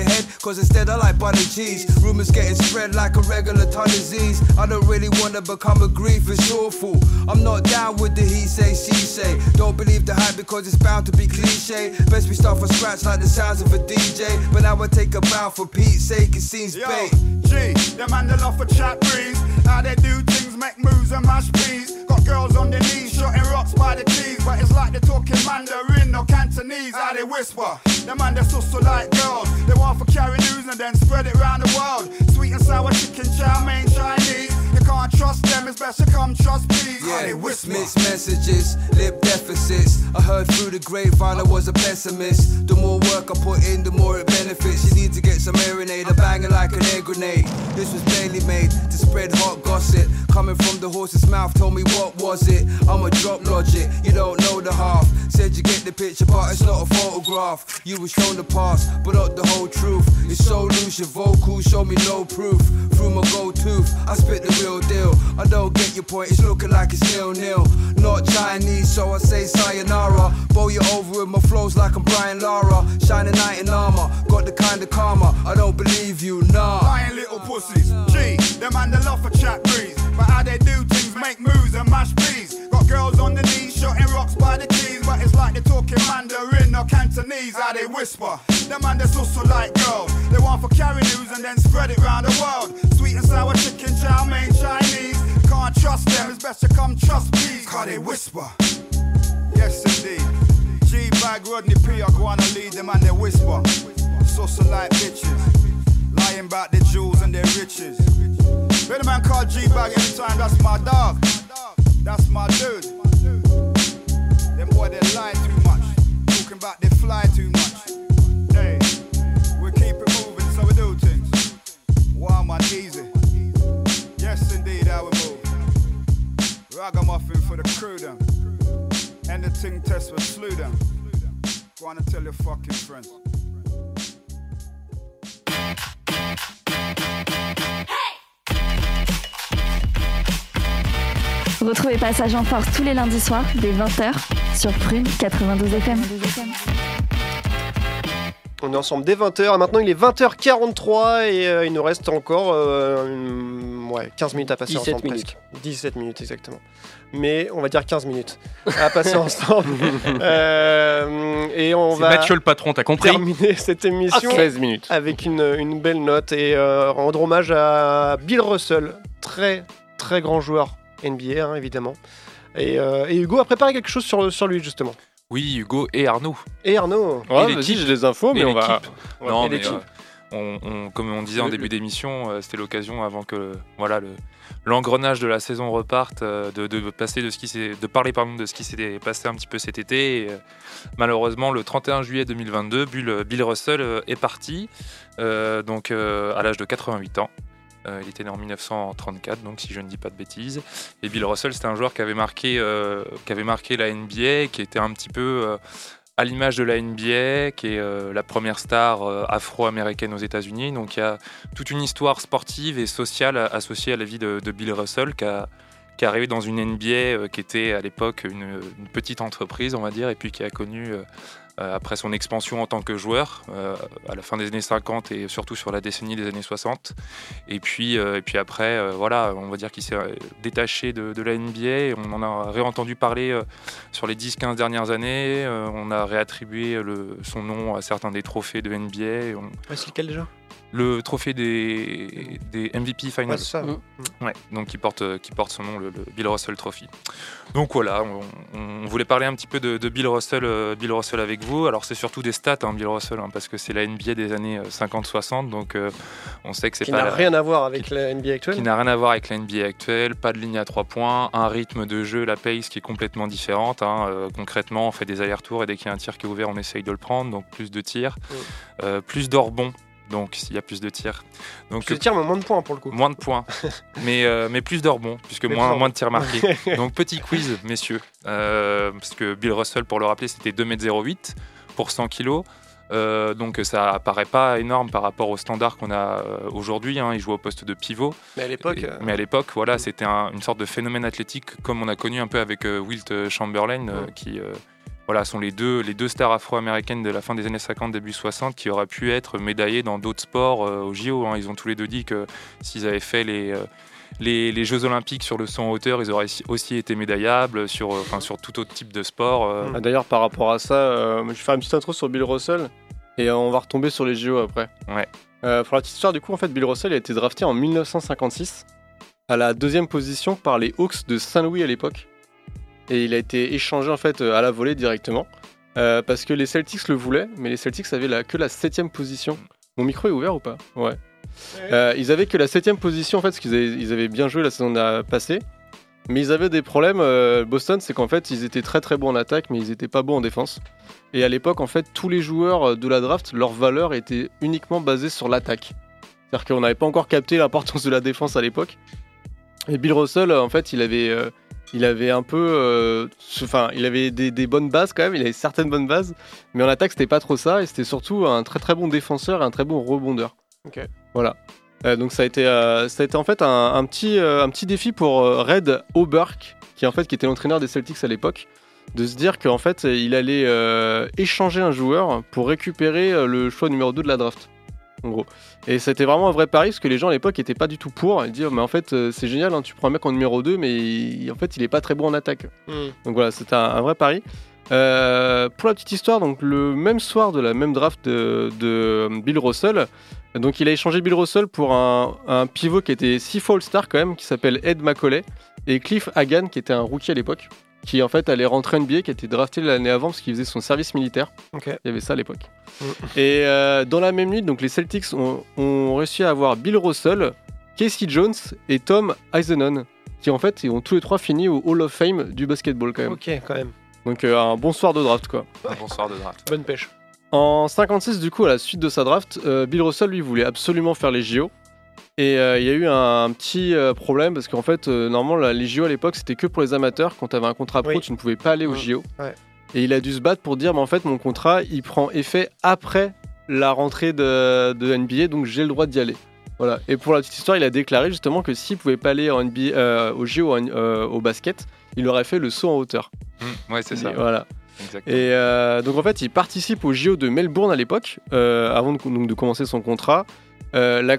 cause instead I like butter cheese. Rumors getting spread like a regular tongue disease. I don't really wanna become a grief, it's awful. I'm not down with the he say, she say. Don't believe the hype because it's bound to be cliche. Best we start from scratch like the sounds of a DJ. But now I take a bow for Pete's sake, it seems bait. G, them man they love for chat breeze. How they do things, make moves and mash peas. Got girls on their knees, shotting rocks by the keys. But it's like they're talking Mandarin or Cantonese. How they whisper, them man they sussle like girls. They want for carry news and then spread it round the world. Sweet and sour chicken, chow mein, Chinese. You can't trust them, it's best to come trust please. Yeah, they whisper. Mixed messages, lip deficits. I heard through the grapevine I was a pessimist. The more work I put in, the more it benefits. You need to get some marinade, I'm banging like an air grenade. This was barely made to spread hot gossip. Coming from the horse's mouth, told me what was it. I'ma drop logic, you don't know the half. Said you get the picture, but it's not a photograph. You were shown the past, but not the whole truth. It's so loose, your vocals show me no proof. Through my gold tooth, I spit the real deal. I don't get your point, it's looking like it's 0-0. Not Chinese, so I say sayonara. Bow you over with my flows like I'm Brian Lara. Shining knight in armor, got the kind of karma. I don't believe you, nah. Lying little pussies, G, them man they love for chat breeze. But how they do things, make moves and mash peas. Got girls on the knees, shotting rocks by the keys. But it's like they're talking Mandarin or Cantonese. How they whisper, them man they sussle like girls. They want for carry news and then spread it round the world. Sweet and sour chicken, chow mein, Chinese. Can't trust them, it's best to come trust please. Cause they whisper, yes indeed. G-Bag, Rodney P, I go on and lead them and they whisper. Sussle like bitches, lying about their jewels and their riches. When a man called G-Bag every time, that's my dog. That's my dude. Them boy they lie too much, talking about they fly too much. Hey, we keep it moving, so we do things. Warm and easy. Yes indeed, how we move. Ragamuffin for the crew them. And the ting test will slew them. Go on and tell your fucking friends. Retrouvez Passage en Force tous les lundis soirs dès 20h sur Prune 92 FM. On est ensemble dès 20h. Maintenant, il est 20h43 et il nous reste encore 15 minutes à passer ensemble. Presque. 17 minutes exactement. Mais on va dire 15 minutes à passer ensemble. Et on va Mathieu le patron, t'as compris. Terminer cette émission 13 minutes. Avec une belle note et rendre hommage à Bill Russell, très très grand joueur NBA hein, évidemment. Et Hugo a préparé quelque chose sur lui justement. Oui, Hugo et Arnaud. Et Arnaud. Ouais, vas-y, j'ai des infos, mais on va. Non, mais comme on disait en début d'émission, c'était l'occasion avant que l'engrenage de la saison reparte, de parler de ce qui s'est passé un petit peu cet été. Et, malheureusement, le 31 juillet 2022, Bill Russell est parti, donc à l'âge de 88 ans. Il était né en 1934, donc si je ne dis pas de bêtises. Et Bill Russell, c'était un joueur qui avait marqué la NBA, qui était un petit peu à l'image de la NBA, qui est la première star afro-américaine aux États-Unis. Donc il y a toute une histoire sportive et sociale associée à la vie de Bill Russell, qui est arrivé dans une NBA qui était à l'époque une petite entreprise, on va dire, et puis qui a connu après son expansion en tant que joueur à la fin des années 50 et surtout sur la décennie des années 60. Et puis après, on va dire qu'il s'est détaché de la NBA. On en a réentendu parler sur les 10-15 dernières années. On a réattribué son nom à certains des trophées de NBA. C'est lequel déjà ? Le trophée des MVP Finals. Ouais, c'est ça. Ouais, donc qui porte son nom, le Bill Russell Trophy. Donc voilà, on voulait parler un petit peu de Bill Russell avec vous. Alors c'est surtout des stats, Bill Russell, parce que c'est la NBA des années 50-60, donc on sait que c'est pas... Qui n'a rien à voir avec la NBA actuelle. Qui n'a rien à voir avec la NBA actuelle, pas de ligne à 3 points, un rythme de jeu, la pace qui est complètement différente. Concrètement, on fait des allers-retours et dès qu'il y a un tir qui est ouvert, on essaye de le prendre, donc plus de tirs, plus de rebonds. Donc s'il y a plus de tirs. Donc plus de tirs mais moins de points pour le coup. Moins de points. mais plus de rebonds, puisque moins de tirs marqués. Donc petit quiz, messieurs. Parce que Bill Russell, pour le rappeler, c'était 2,08 m pour 100 kg. Donc ça paraît pas énorme par rapport au standard qu'on a aujourd'hui. Il joue au poste de pivot. Mais à l'époque, c'était une sorte de phénomène athlétique comme on a connu un peu avec Wilt Chamberlain, sont les deux stars afro-américaines de la fin des années 50, début 60 qui auraient pu être médaillées dans d'autres sports au JO. Ils ont tous les deux dit que s'ils avaient fait les Jeux Olympiques sur le saut en hauteur, ils auraient aussi été médaillables sur tout autre type de sport. D'ailleurs, par rapport à ça, je vais faire une petite intro sur Bill Russell et on va retomber sur les JO après. Ouais. Pour la petite histoire, du coup, en fait, Bill Russell a été drafté en 1956 à la 2e position par les Hawks de Saint-Louis à l'époque. Et il a été échangé en fait à la volée directement parce que les Celtics le voulaient, mais les Celtics avaient que la 7e position. Mon micro est ouvert ou pas ? Ouais. Ils avaient que la 7e position en fait, parce qu'ils avaient bien joué la saison passée, mais ils avaient des problèmes. Boston, c'est qu'en fait, ils étaient très très bons en attaque, mais ils étaient pas bons en défense. Et à l'époque, en fait, tous les joueurs de la draft, leur valeur était uniquement basée sur l'attaque. C'est-à-dire qu'on n'avait pas encore capté l'importance de la défense à l'époque. Et Bill Russell, en fait, il avait un peu, il avait des bonnes bases quand même. Il avait certaines bonnes bases, mais en attaque, c'était pas trop ça. Et c'était surtout un très très bon défenseur et un très bon rebondeur. Ok. Voilà. Donc ça a été en fait un petit défi pour Red Auerbach, qui était l'entraîneur des Celtics à l'époque, de se dire qu'en fait il allait échanger un joueur pour récupérer le choix numéro 2 de la draft, en gros. Et c'était vraiment un vrai pari parce que les gens à l'époque n'étaient pas du tout pour, et dire mais en fait c'est génial, hein, tu prends un mec en numéro 2 mais en fait il est pas très bon en attaque. Donc voilà, c'était un vrai pari. Pour la petite histoire, donc le même soir de la même draft de Bill Russell, donc il a échangé Bill Russell pour un pivot qui était 6 All-Star quand même, qui s'appelle Ed Macaulay, et Cliff Hagan qui était un rookie à l'époque, qui en fait allait rentrer NBA, qui a été drafté l'année avant parce qu'il faisait son service militaire. Il y avait ça à l'époque. Et dans la même nuit, donc les Celtics ont réussi à avoir Bill Russell, Casey Jones et Tom Eisenhower, qui en fait ont tous les trois fini au Hall of Fame du basketball quand même. Ok, quand même. Donc un bon soir de draft quoi. Un bon soir de draft. Bonne pêche. En 56 du coup, à la suite de sa draft, Bill Russell lui voulait absolument faire les JO. Et il y a eu un petit problème parce qu'en fait, normalement les JO à l'époque c'était que pour les amateurs. Quand tu avais un contrat pro, tu ne pouvais pas aller aux JO. Ouais. Et il a dû se battre pour dire, mais en fait mon contrat il prend effet après la rentrée de NBA, donc j'ai le droit d'y aller. Voilà. Et pour la petite histoire, il a déclaré justement que s'il pouvait pas aller en NBA, aux JO au basket, il aurait fait le saut en hauteur. Ouais, c'est ça. Voilà. Exactement. Et donc en fait, il participe au JO de Melbourne à l'époque, avant de commencer son contrat. La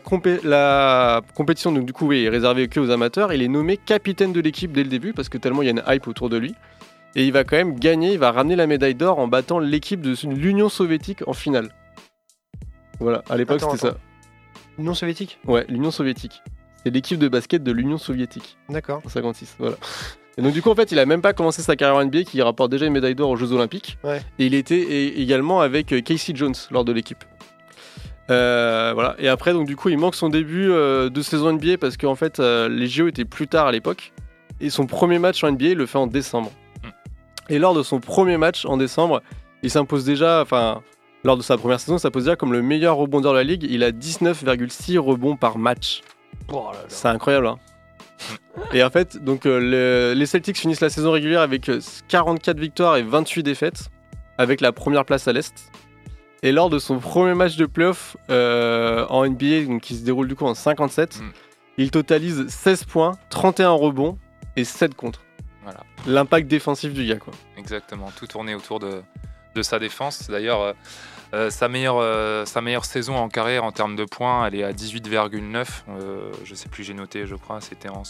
compétition donc, du coup, est réservée que aux amateurs. Il est nommé capitaine de l'équipe dès le début parce que tellement il y a une hype autour de lui. Et il va quand même gagner, il va ramener la médaille d'or en battant l'équipe de l'Union soviétique en finale. Voilà, à l'époque c'était ça. L'Union soviétique ? Ouais, l'Union soviétique. C'est l'équipe de basket de l'Union soviétique. D'accord. En 56, voilà. Et donc du coup en fait il a même pas commencé sa carrière en NBA, qui rapporte déjà une médaille d'or aux Jeux Olympiques. Ouais. Et il était également avec Casey Jones lors de l'équipe. Voilà. Et après donc du coup il manque son début de saison NBA parce qu'en fait les JO étaient plus tard à l'époque. Et son premier match en NBA il le fait en décembre. Et lors de son premier match en décembre, il s'impose déjà, lors de sa première saison, il s'impose déjà comme le meilleur rebondeur de la ligue. Il a 19,6 rebonds par match. Oh là là. C'est incroyable, hein. Et en fait, donc les Celtics finissent la saison régulière avec 44 victoires et 28 défaites, avec la première place à l'Est. Et lors de son premier match de playoff en NBA, donc qui se déroule du coup en 57, il totalise 16 points, 31 rebonds et 7 contre. Voilà. L'impact défensif du gars, quoi. Exactement, tout tourné autour de sa défense. D'ailleurs, sa meilleure saison en carrière en termes de points, elle est à 18,9. Je sais plus, j'ai noté, je crois, c'était en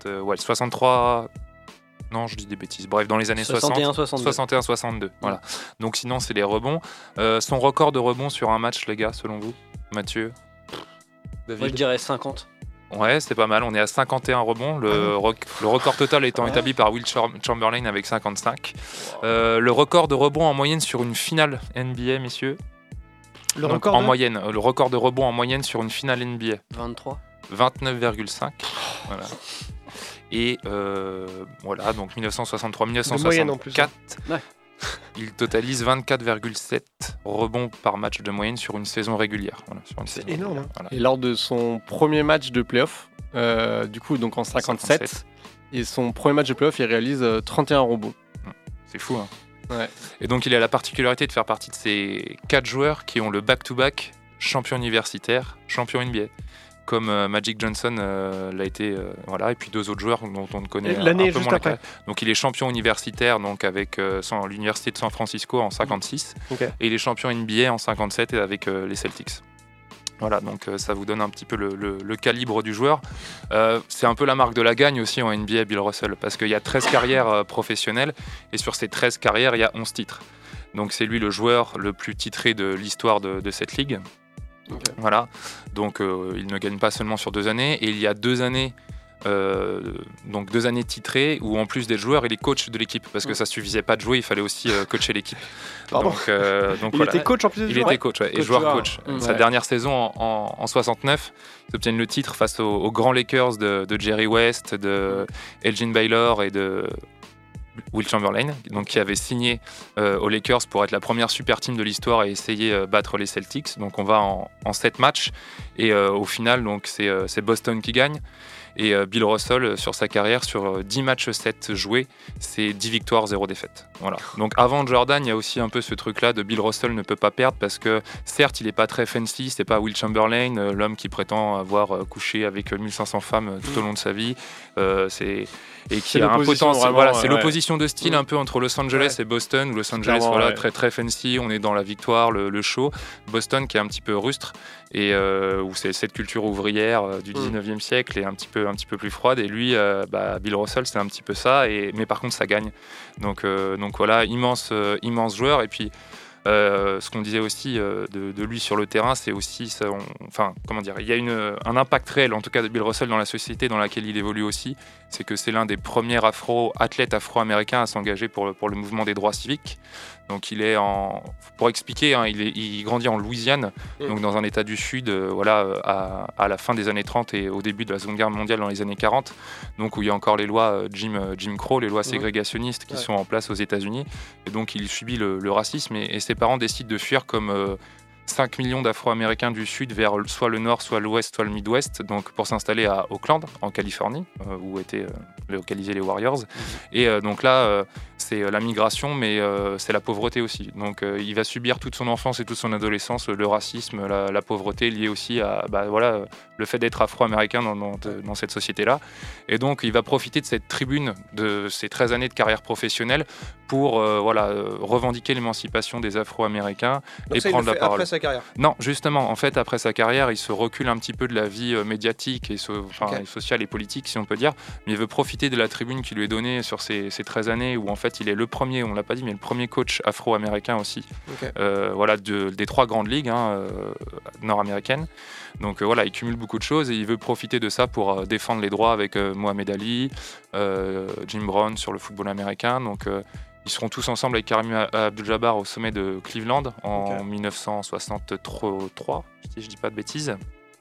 63. Non, je dis des bêtises. Bref, dans les années 61-62. Voilà. Donc sinon, c'est les rebonds. Son record de rebonds sur un match, les gars, selon vous, Mathieu, David? Moi, je dirais 50. Ouais, c'est pas mal. On est à 51 rebonds. Le record total étant établi par Will Chamberlain avec 55. Le record de rebonds en moyenne sur une finale NBA, messieurs. Le record de rebonds en moyenne sur une finale NBA. 23. 29,5. Voilà. Et voilà, donc 1963-1964. Ouais. Il totalise 24,7 rebonds par match de moyenne sur une saison régulière. Voilà, c'est énorme. Hein. Voilà. Et lors de son premier match de playoff, du coup donc en 57, et son premier match de playoff, il réalise 31 rebonds. C'est fou, hein. Ouais. Et donc il a la particularité de faire partie de ces 4 joueurs qui ont le back-to-back champion universitaire, champion NBA. comme Magic Johnson l'a été, voilà, et puis 2 autres joueurs dont on ne connaît l'année un peu juste moins après. Donc il est champion universitaire donc avec l'université de San Francisco en 56, Okay. et il est champion NBA en 57 avec les Celtics. Voilà, donc ça vous donne un petit peu le calibre du joueur. C'est un peu la marque de la gagne aussi en NBA, Bill Russell, parce qu'il y a 13 carrières professionnelles, et sur ces 13 carrières, il y a 11 titres. Donc c'est lui le joueur le plus titré de l'histoire de cette ligue. Okay. Voilà, donc il ne gagne pas seulement sur 2 années, et il y a 2 années, donc 2 années titrées où en plus d'être joueur, il est coach de l'équipe, parce que ça suffisait pas de jouer, il fallait aussi coacher l'équipe. Donc il voilà. était coach en plus de Il joueur. était coach, ouais, et joueur-coach. Sa dernière saison en 69, ils obtiennent le titre face aux grands Lakers de Jerry West, de Elgin Baylor et de Will Chamberlain, donc qui avait signé aux Lakers pour être la première super team de l'histoire et essayer battre les Celtics. Donc on va en 7 matchs, et au final donc c'est Boston qui gagne. Et Bill Russell, sur sa carrière, sur 10 matchs 7 joués, c'est 10 victoires, 0 défaites. Voilà. Donc avant Jordan, il y a aussi un peu ce truc-là de Bill Russell ne peut pas perdre, parce que certes, il n'est pas très fancy, c'est pas Will Chamberlain, l'homme qui prétend avoir couché avec 1500 femmes tout au long de sa vie. Et qui a un potentiel. Voilà, c'est l'opposition de style un peu entre Los Angeles et Boston, où Los Angeles, voilà, très très fancy, on est dans la victoire, le show. Boston qui est un petit peu rustre, et où c'est cette culture ouvrière du 19e siècle, et un petit peu plus froide. Et lui, Bill Russell, c'est un petit peu ça, mais par contre ça gagne. Donc voilà, immense joueur. Et puis ce qu'on disait aussi de lui sur le terrain, c'est aussi ça, il y a un impact réel, en tout cas de Bill Russell, dans la société dans laquelle il évolue aussi. C'est que c'est l'un des premiers athlètes afro-américains à s'engager pour le mouvement des droits civiques. Donc il est pour expliquer, il grandit en Louisiane, donc dans un état du Sud, à la fin des années 30 et au début de la Seconde Guerre mondiale dans les années 40, donc où il y a encore les lois Jim Crow, les lois ségrégationnistes qui sont en place aux États-Unis. Et donc il subit le racisme, et ses parents décident de fuir comme 5 millions d'Afro-Américains du Sud vers soit le Nord, soit l'Ouest, soit le Midwest, donc pour s'installer à Oakland, en Californie, où étaient localisés les Warriors. Et donc là, c'est la migration, mais c'est la pauvreté aussi. Donc il va subir toute son enfance et toute son adolescence le racisme, la pauvreté liée aussi à le fait d'être afro-américain dans cette société-là. Et donc il va profiter de cette tribune, de ces 13 années de carrière professionnelle, pour revendiquer l'émancipation des Afro-Américains et prendre la parole. Après sa carrière. Non, justement, en fait, après sa carrière, il se recule un petit peu de la vie médiatique et sociale et politique, si on peut dire, mais il veut profiter de la tribune qui lui est donnée sur ces 13 années, où en fait il est le premier, on l'a pas dit, mais le premier coach afro-américain aussi, des 3 grandes ligues nord-américaines. Donc il cumule beaucoup de choses, et il veut profiter de ça pour défendre les droits avec Mohamed Ali, Jim Brown sur le football américain. Donc ils seront tous ensemble avec Kareem Abdul-Jabbar au sommet de Cleveland en 1963, si je dis pas de bêtises.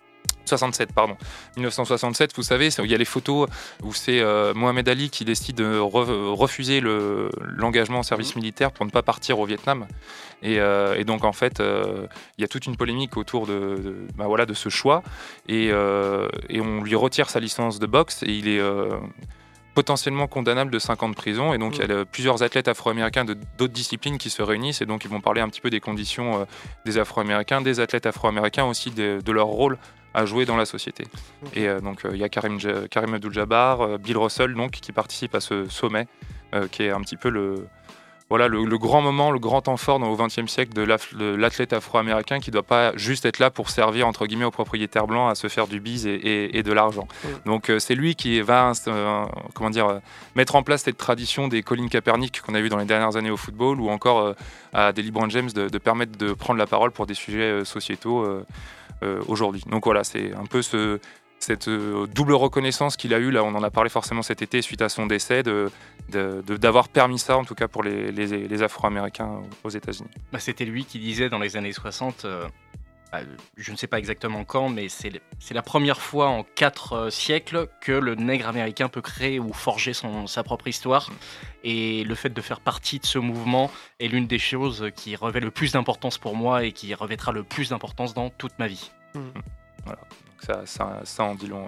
1967, vous savez, il y a les photos où c'est Mohamed Ali qui décide de refuser l'engagement en service militaire pour ne pas partir au Vietnam. Et donc en fait, il y a toute une polémique autour de ce choix, et on lui retire sa licence de boxe, et il est potentiellement condamnable de 5 ans de prison. Et donc il y a plusieurs athlètes afro-américains d'autres disciplines qui se réunissent, et donc ils vont parler un petit peu des conditions des afro-américains, des athlètes afro-américains aussi, de leur rôle à jouer dans la société. Et donc il y a Kareem Abdul-Jabbar, Bill Russell donc, qui participe à ce sommet, qui est un petit peu le grand moment, le grand temps fort au XXe siècle de l'athlète afro-américain, qui ne doit pas juste être là pour servir entre guillemets aux propriétaires blancs à se faire du bise et de l'argent. Donc c'est lui qui va mettre en place cette tradition des Colin Kaepernick qu'on a vu dans les dernières années au football, ou encore à des LeBron James de permettre de prendre la parole pour des sujets sociétaux aujourd'hui. Donc voilà, c'est un peu cette double reconnaissance qu'il a eue, là on en a parlé forcément cet été suite à son décès, d'avoir permis ça, en tout cas pour les Afro-Américains aux États-Unis. C'était lui qui disait dans les années 60, je ne sais pas exactement quand, mais c'est la première fois en 4 siècles que le nègre américain peut créer ou forger sa propre histoire. Et le fait de faire partie de ce mouvement est l'une des choses qui revêt le plus d'importance pour moi, et qui revêtra le plus d'importance dans toute ma vie. Voilà, donc ça en dit long. Ouais.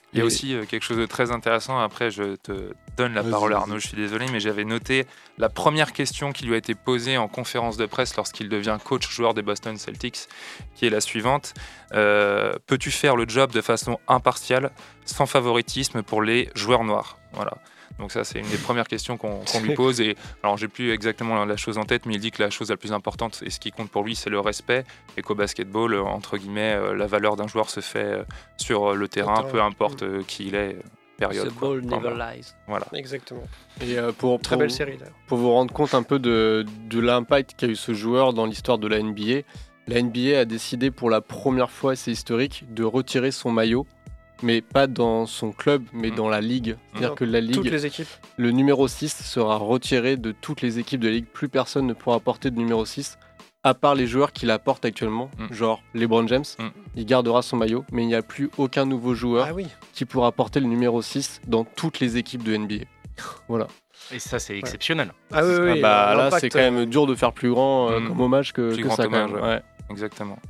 Il y a aussi quelque chose de très intéressant. Après, je te donne la parole, Arnaud. Je suis désolé, mais j'avais noté la première question qui lui a été posée en conférence de presse lorsqu'il devient coach-joueur des Boston Celtics, qui est la suivante. Peux-tu faire le job de façon impartiale, sans favoritisme pour les joueurs noirs ? Voilà. Donc ça, c'est une des premières questions qu'on lui pose. Et alors, j'ai plus exactement la chose en tête, mais il dit que la chose la plus importante et ce qui compte pour lui, c'est le respect, et qu'au basketball, entre guillemets, la valeur d'un joueur se fait sur le terrain, peu importe qui il est. Période. The ball never lies. Voilà. Exactement. Et très belle série d'ailleurs. Pour vous rendre compte un peu de l'impact qu'a eu ce joueur dans l'histoire de la NBA a décidé pour la première fois, c'est historique, de retirer son maillot. Mais pas dans son club, mais dans la ligue. C'est-à-dire que la ligue, toutes les équipes. Le numéro 6 sera retiré de toutes les équipes de la ligue. Plus personne ne pourra porter de numéro 6, à part les joueurs qui la portent actuellement, genre LeBron James. Il gardera son maillot, mais il n'y a plus aucun nouveau joueur qui pourra porter le numéro 6 dans toutes les équipes de NBA. Voilà. Et ça, c'est exceptionnel. Ah oui, là, c'est quand même dur de faire plus grand comme hommage que ça. Hommage, ouais. Exactement.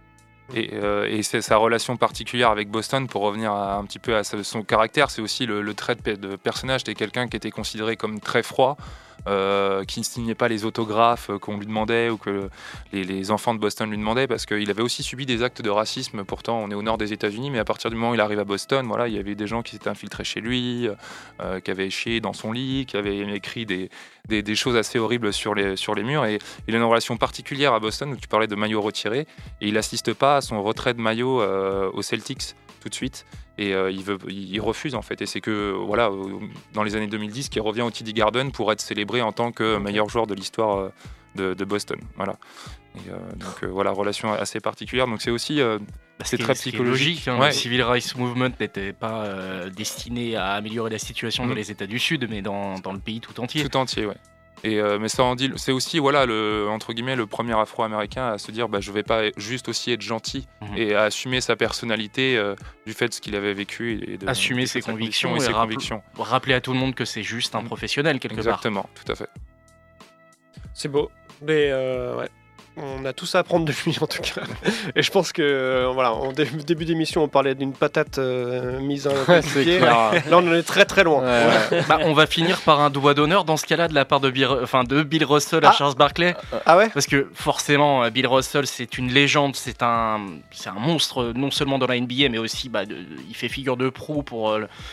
Et c'est sa relation particulière avec Boston, pour revenir un petit peu à son caractère, c'est aussi le trait de personnage. C'était quelqu'un qui était considéré comme très froid, qui ne signait pas les autographes qu'on lui demandait ou que les enfants de Boston lui demandaient, parce qu'il avait aussi subi des actes de racisme. Pourtant, on est au nord des États-Unis, mais à partir du moment où il arrive à Boston, voilà, il y avait des gens qui s'étaient infiltrés chez lui, qui avaient chié dans son lit, qui avaient écrit des choses assez horribles sur les murs. Et il a une relation particulière à Boston, où tu parlais de maillot retiré, et il n'assiste pas à son retrait de maillot aux Celtics tout de suite. Et il refuse en fait, et c'est que voilà, dans les années 2010 qu'il revient au TD Garden pour être célébré en tant que meilleur joueur de l'histoire de Boston. Voilà. Et, donc voilà, relation assez particulière. Donc c'est aussi c'est très psychologique. Le Civil Rights Movement n'était pas destiné à améliorer la situation dans les États du Sud, mais dans le pays tout entier. Tout entier, ouais. Et mais ça en dit, c'est aussi voilà entre guillemets le premier Afro-américain à se dire je vais pas juste aussi être gentil et à assumer sa personnalité du fait de ce qu'il avait vécu et assumer ses convictions et ses convictions. Rappeler à tout le monde que c'est juste un professionnel quelque part. Exactement, tout à fait. C'est beau, mais ouais. On a tout ça à apprendre de lui en tout cas. Et je pense que voilà, en début d'émission on parlait d'une patate mise à un pied. Là on en est très très loin. On va finir par un doigt d'honneur dans ce cas-là de la part de Bill Russell à Charles Barkley. Ah ouais. Parce que forcément Bill Russell c'est une légende, c'est un monstre non seulement dans la NBA mais aussi il fait figure de proue pour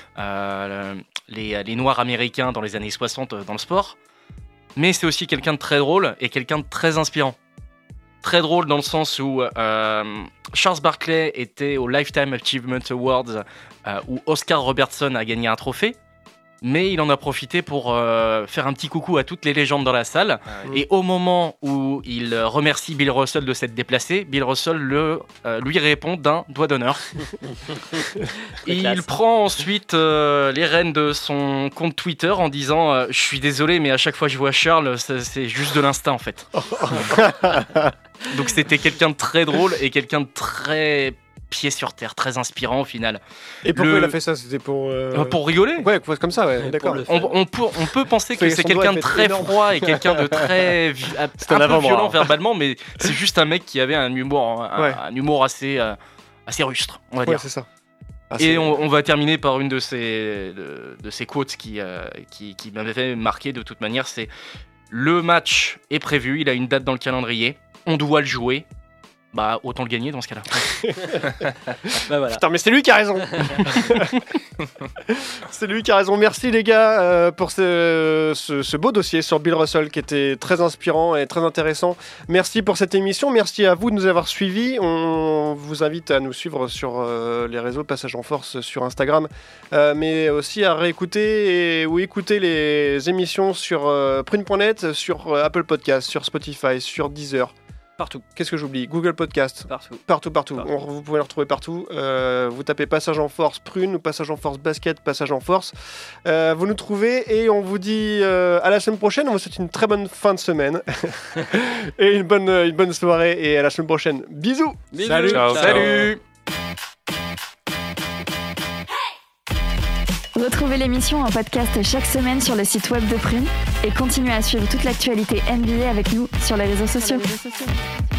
les Noirs américains dans les années 60 dans le sport. Mais c'est aussi quelqu'un de très drôle et quelqu'un de très inspirant. Très drôle dans le sens où Charles Barkley était au Lifetime Achievement Awards où Oscar Robertson a gagné un trophée, mais il en a profité pour faire un petit coucou à toutes les légendes dans la salle. Et au moment où il remercie Bill Russell de s'être déplacé, Bill Russell lui répond d'un doigt d'honneur. Il prend ensuite les rênes de son compte Twitter en disant « Je suis désolé, mais à chaque fois que je vois Charles, c'est juste de l'instinct en fait. » Donc c'était quelqu'un de très drôle et quelqu'un de très pied sur terre, très inspirant au final. Et pourquoi il a fait ça? C'était pour rigoler. Ouais, comme ça, ouais, d'accord. On peut penser que c'est quelqu'un de très froid et quelqu'un de très un peu violent verbalement, mais c'est juste un mec qui avait un humour assez rustre, on va dire. C'est ça. Et on va terminer par une de ces quotes qui m'avait marqué de toute manière, c'est: le match est prévu, il a une date dans le calendrier, on doit le jouer. Autant le gagner dans ce cas-là. Voilà. Putain, mais c'est lui qui a raison. C'est lui qui a raison. Merci les gars pour ce beau dossier sur Bill Russell qui était très inspirant et très intéressant. Merci pour cette émission. Merci à vous de nous avoir suivis. On vous invite à nous suivre sur les réseaux Passage en Force sur Instagram, mais aussi à réécouter ou écouter les émissions sur prune.net, sur Apple Podcasts, sur Spotify, sur Deezer. Partout. Qu'est-ce que j'oublie? Google Podcast. Partout. Vous pouvez le retrouver partout. Vous tapez Passage en Force Prune ou Passage en Force Basket, Passage en Force. Vous nous trouvez et on vous dit à la semaine prochaine. On vous souhaite une très bonne fin de semaine et une bonne soirée et à la semaine prochaine. Bisous. Salut. Salut. Retrouvez l'émission en podcast chaque semaine sur le site web de Prune et continuez à suivre toute l'actualité NBA avec nous sur les réseaux sociaux.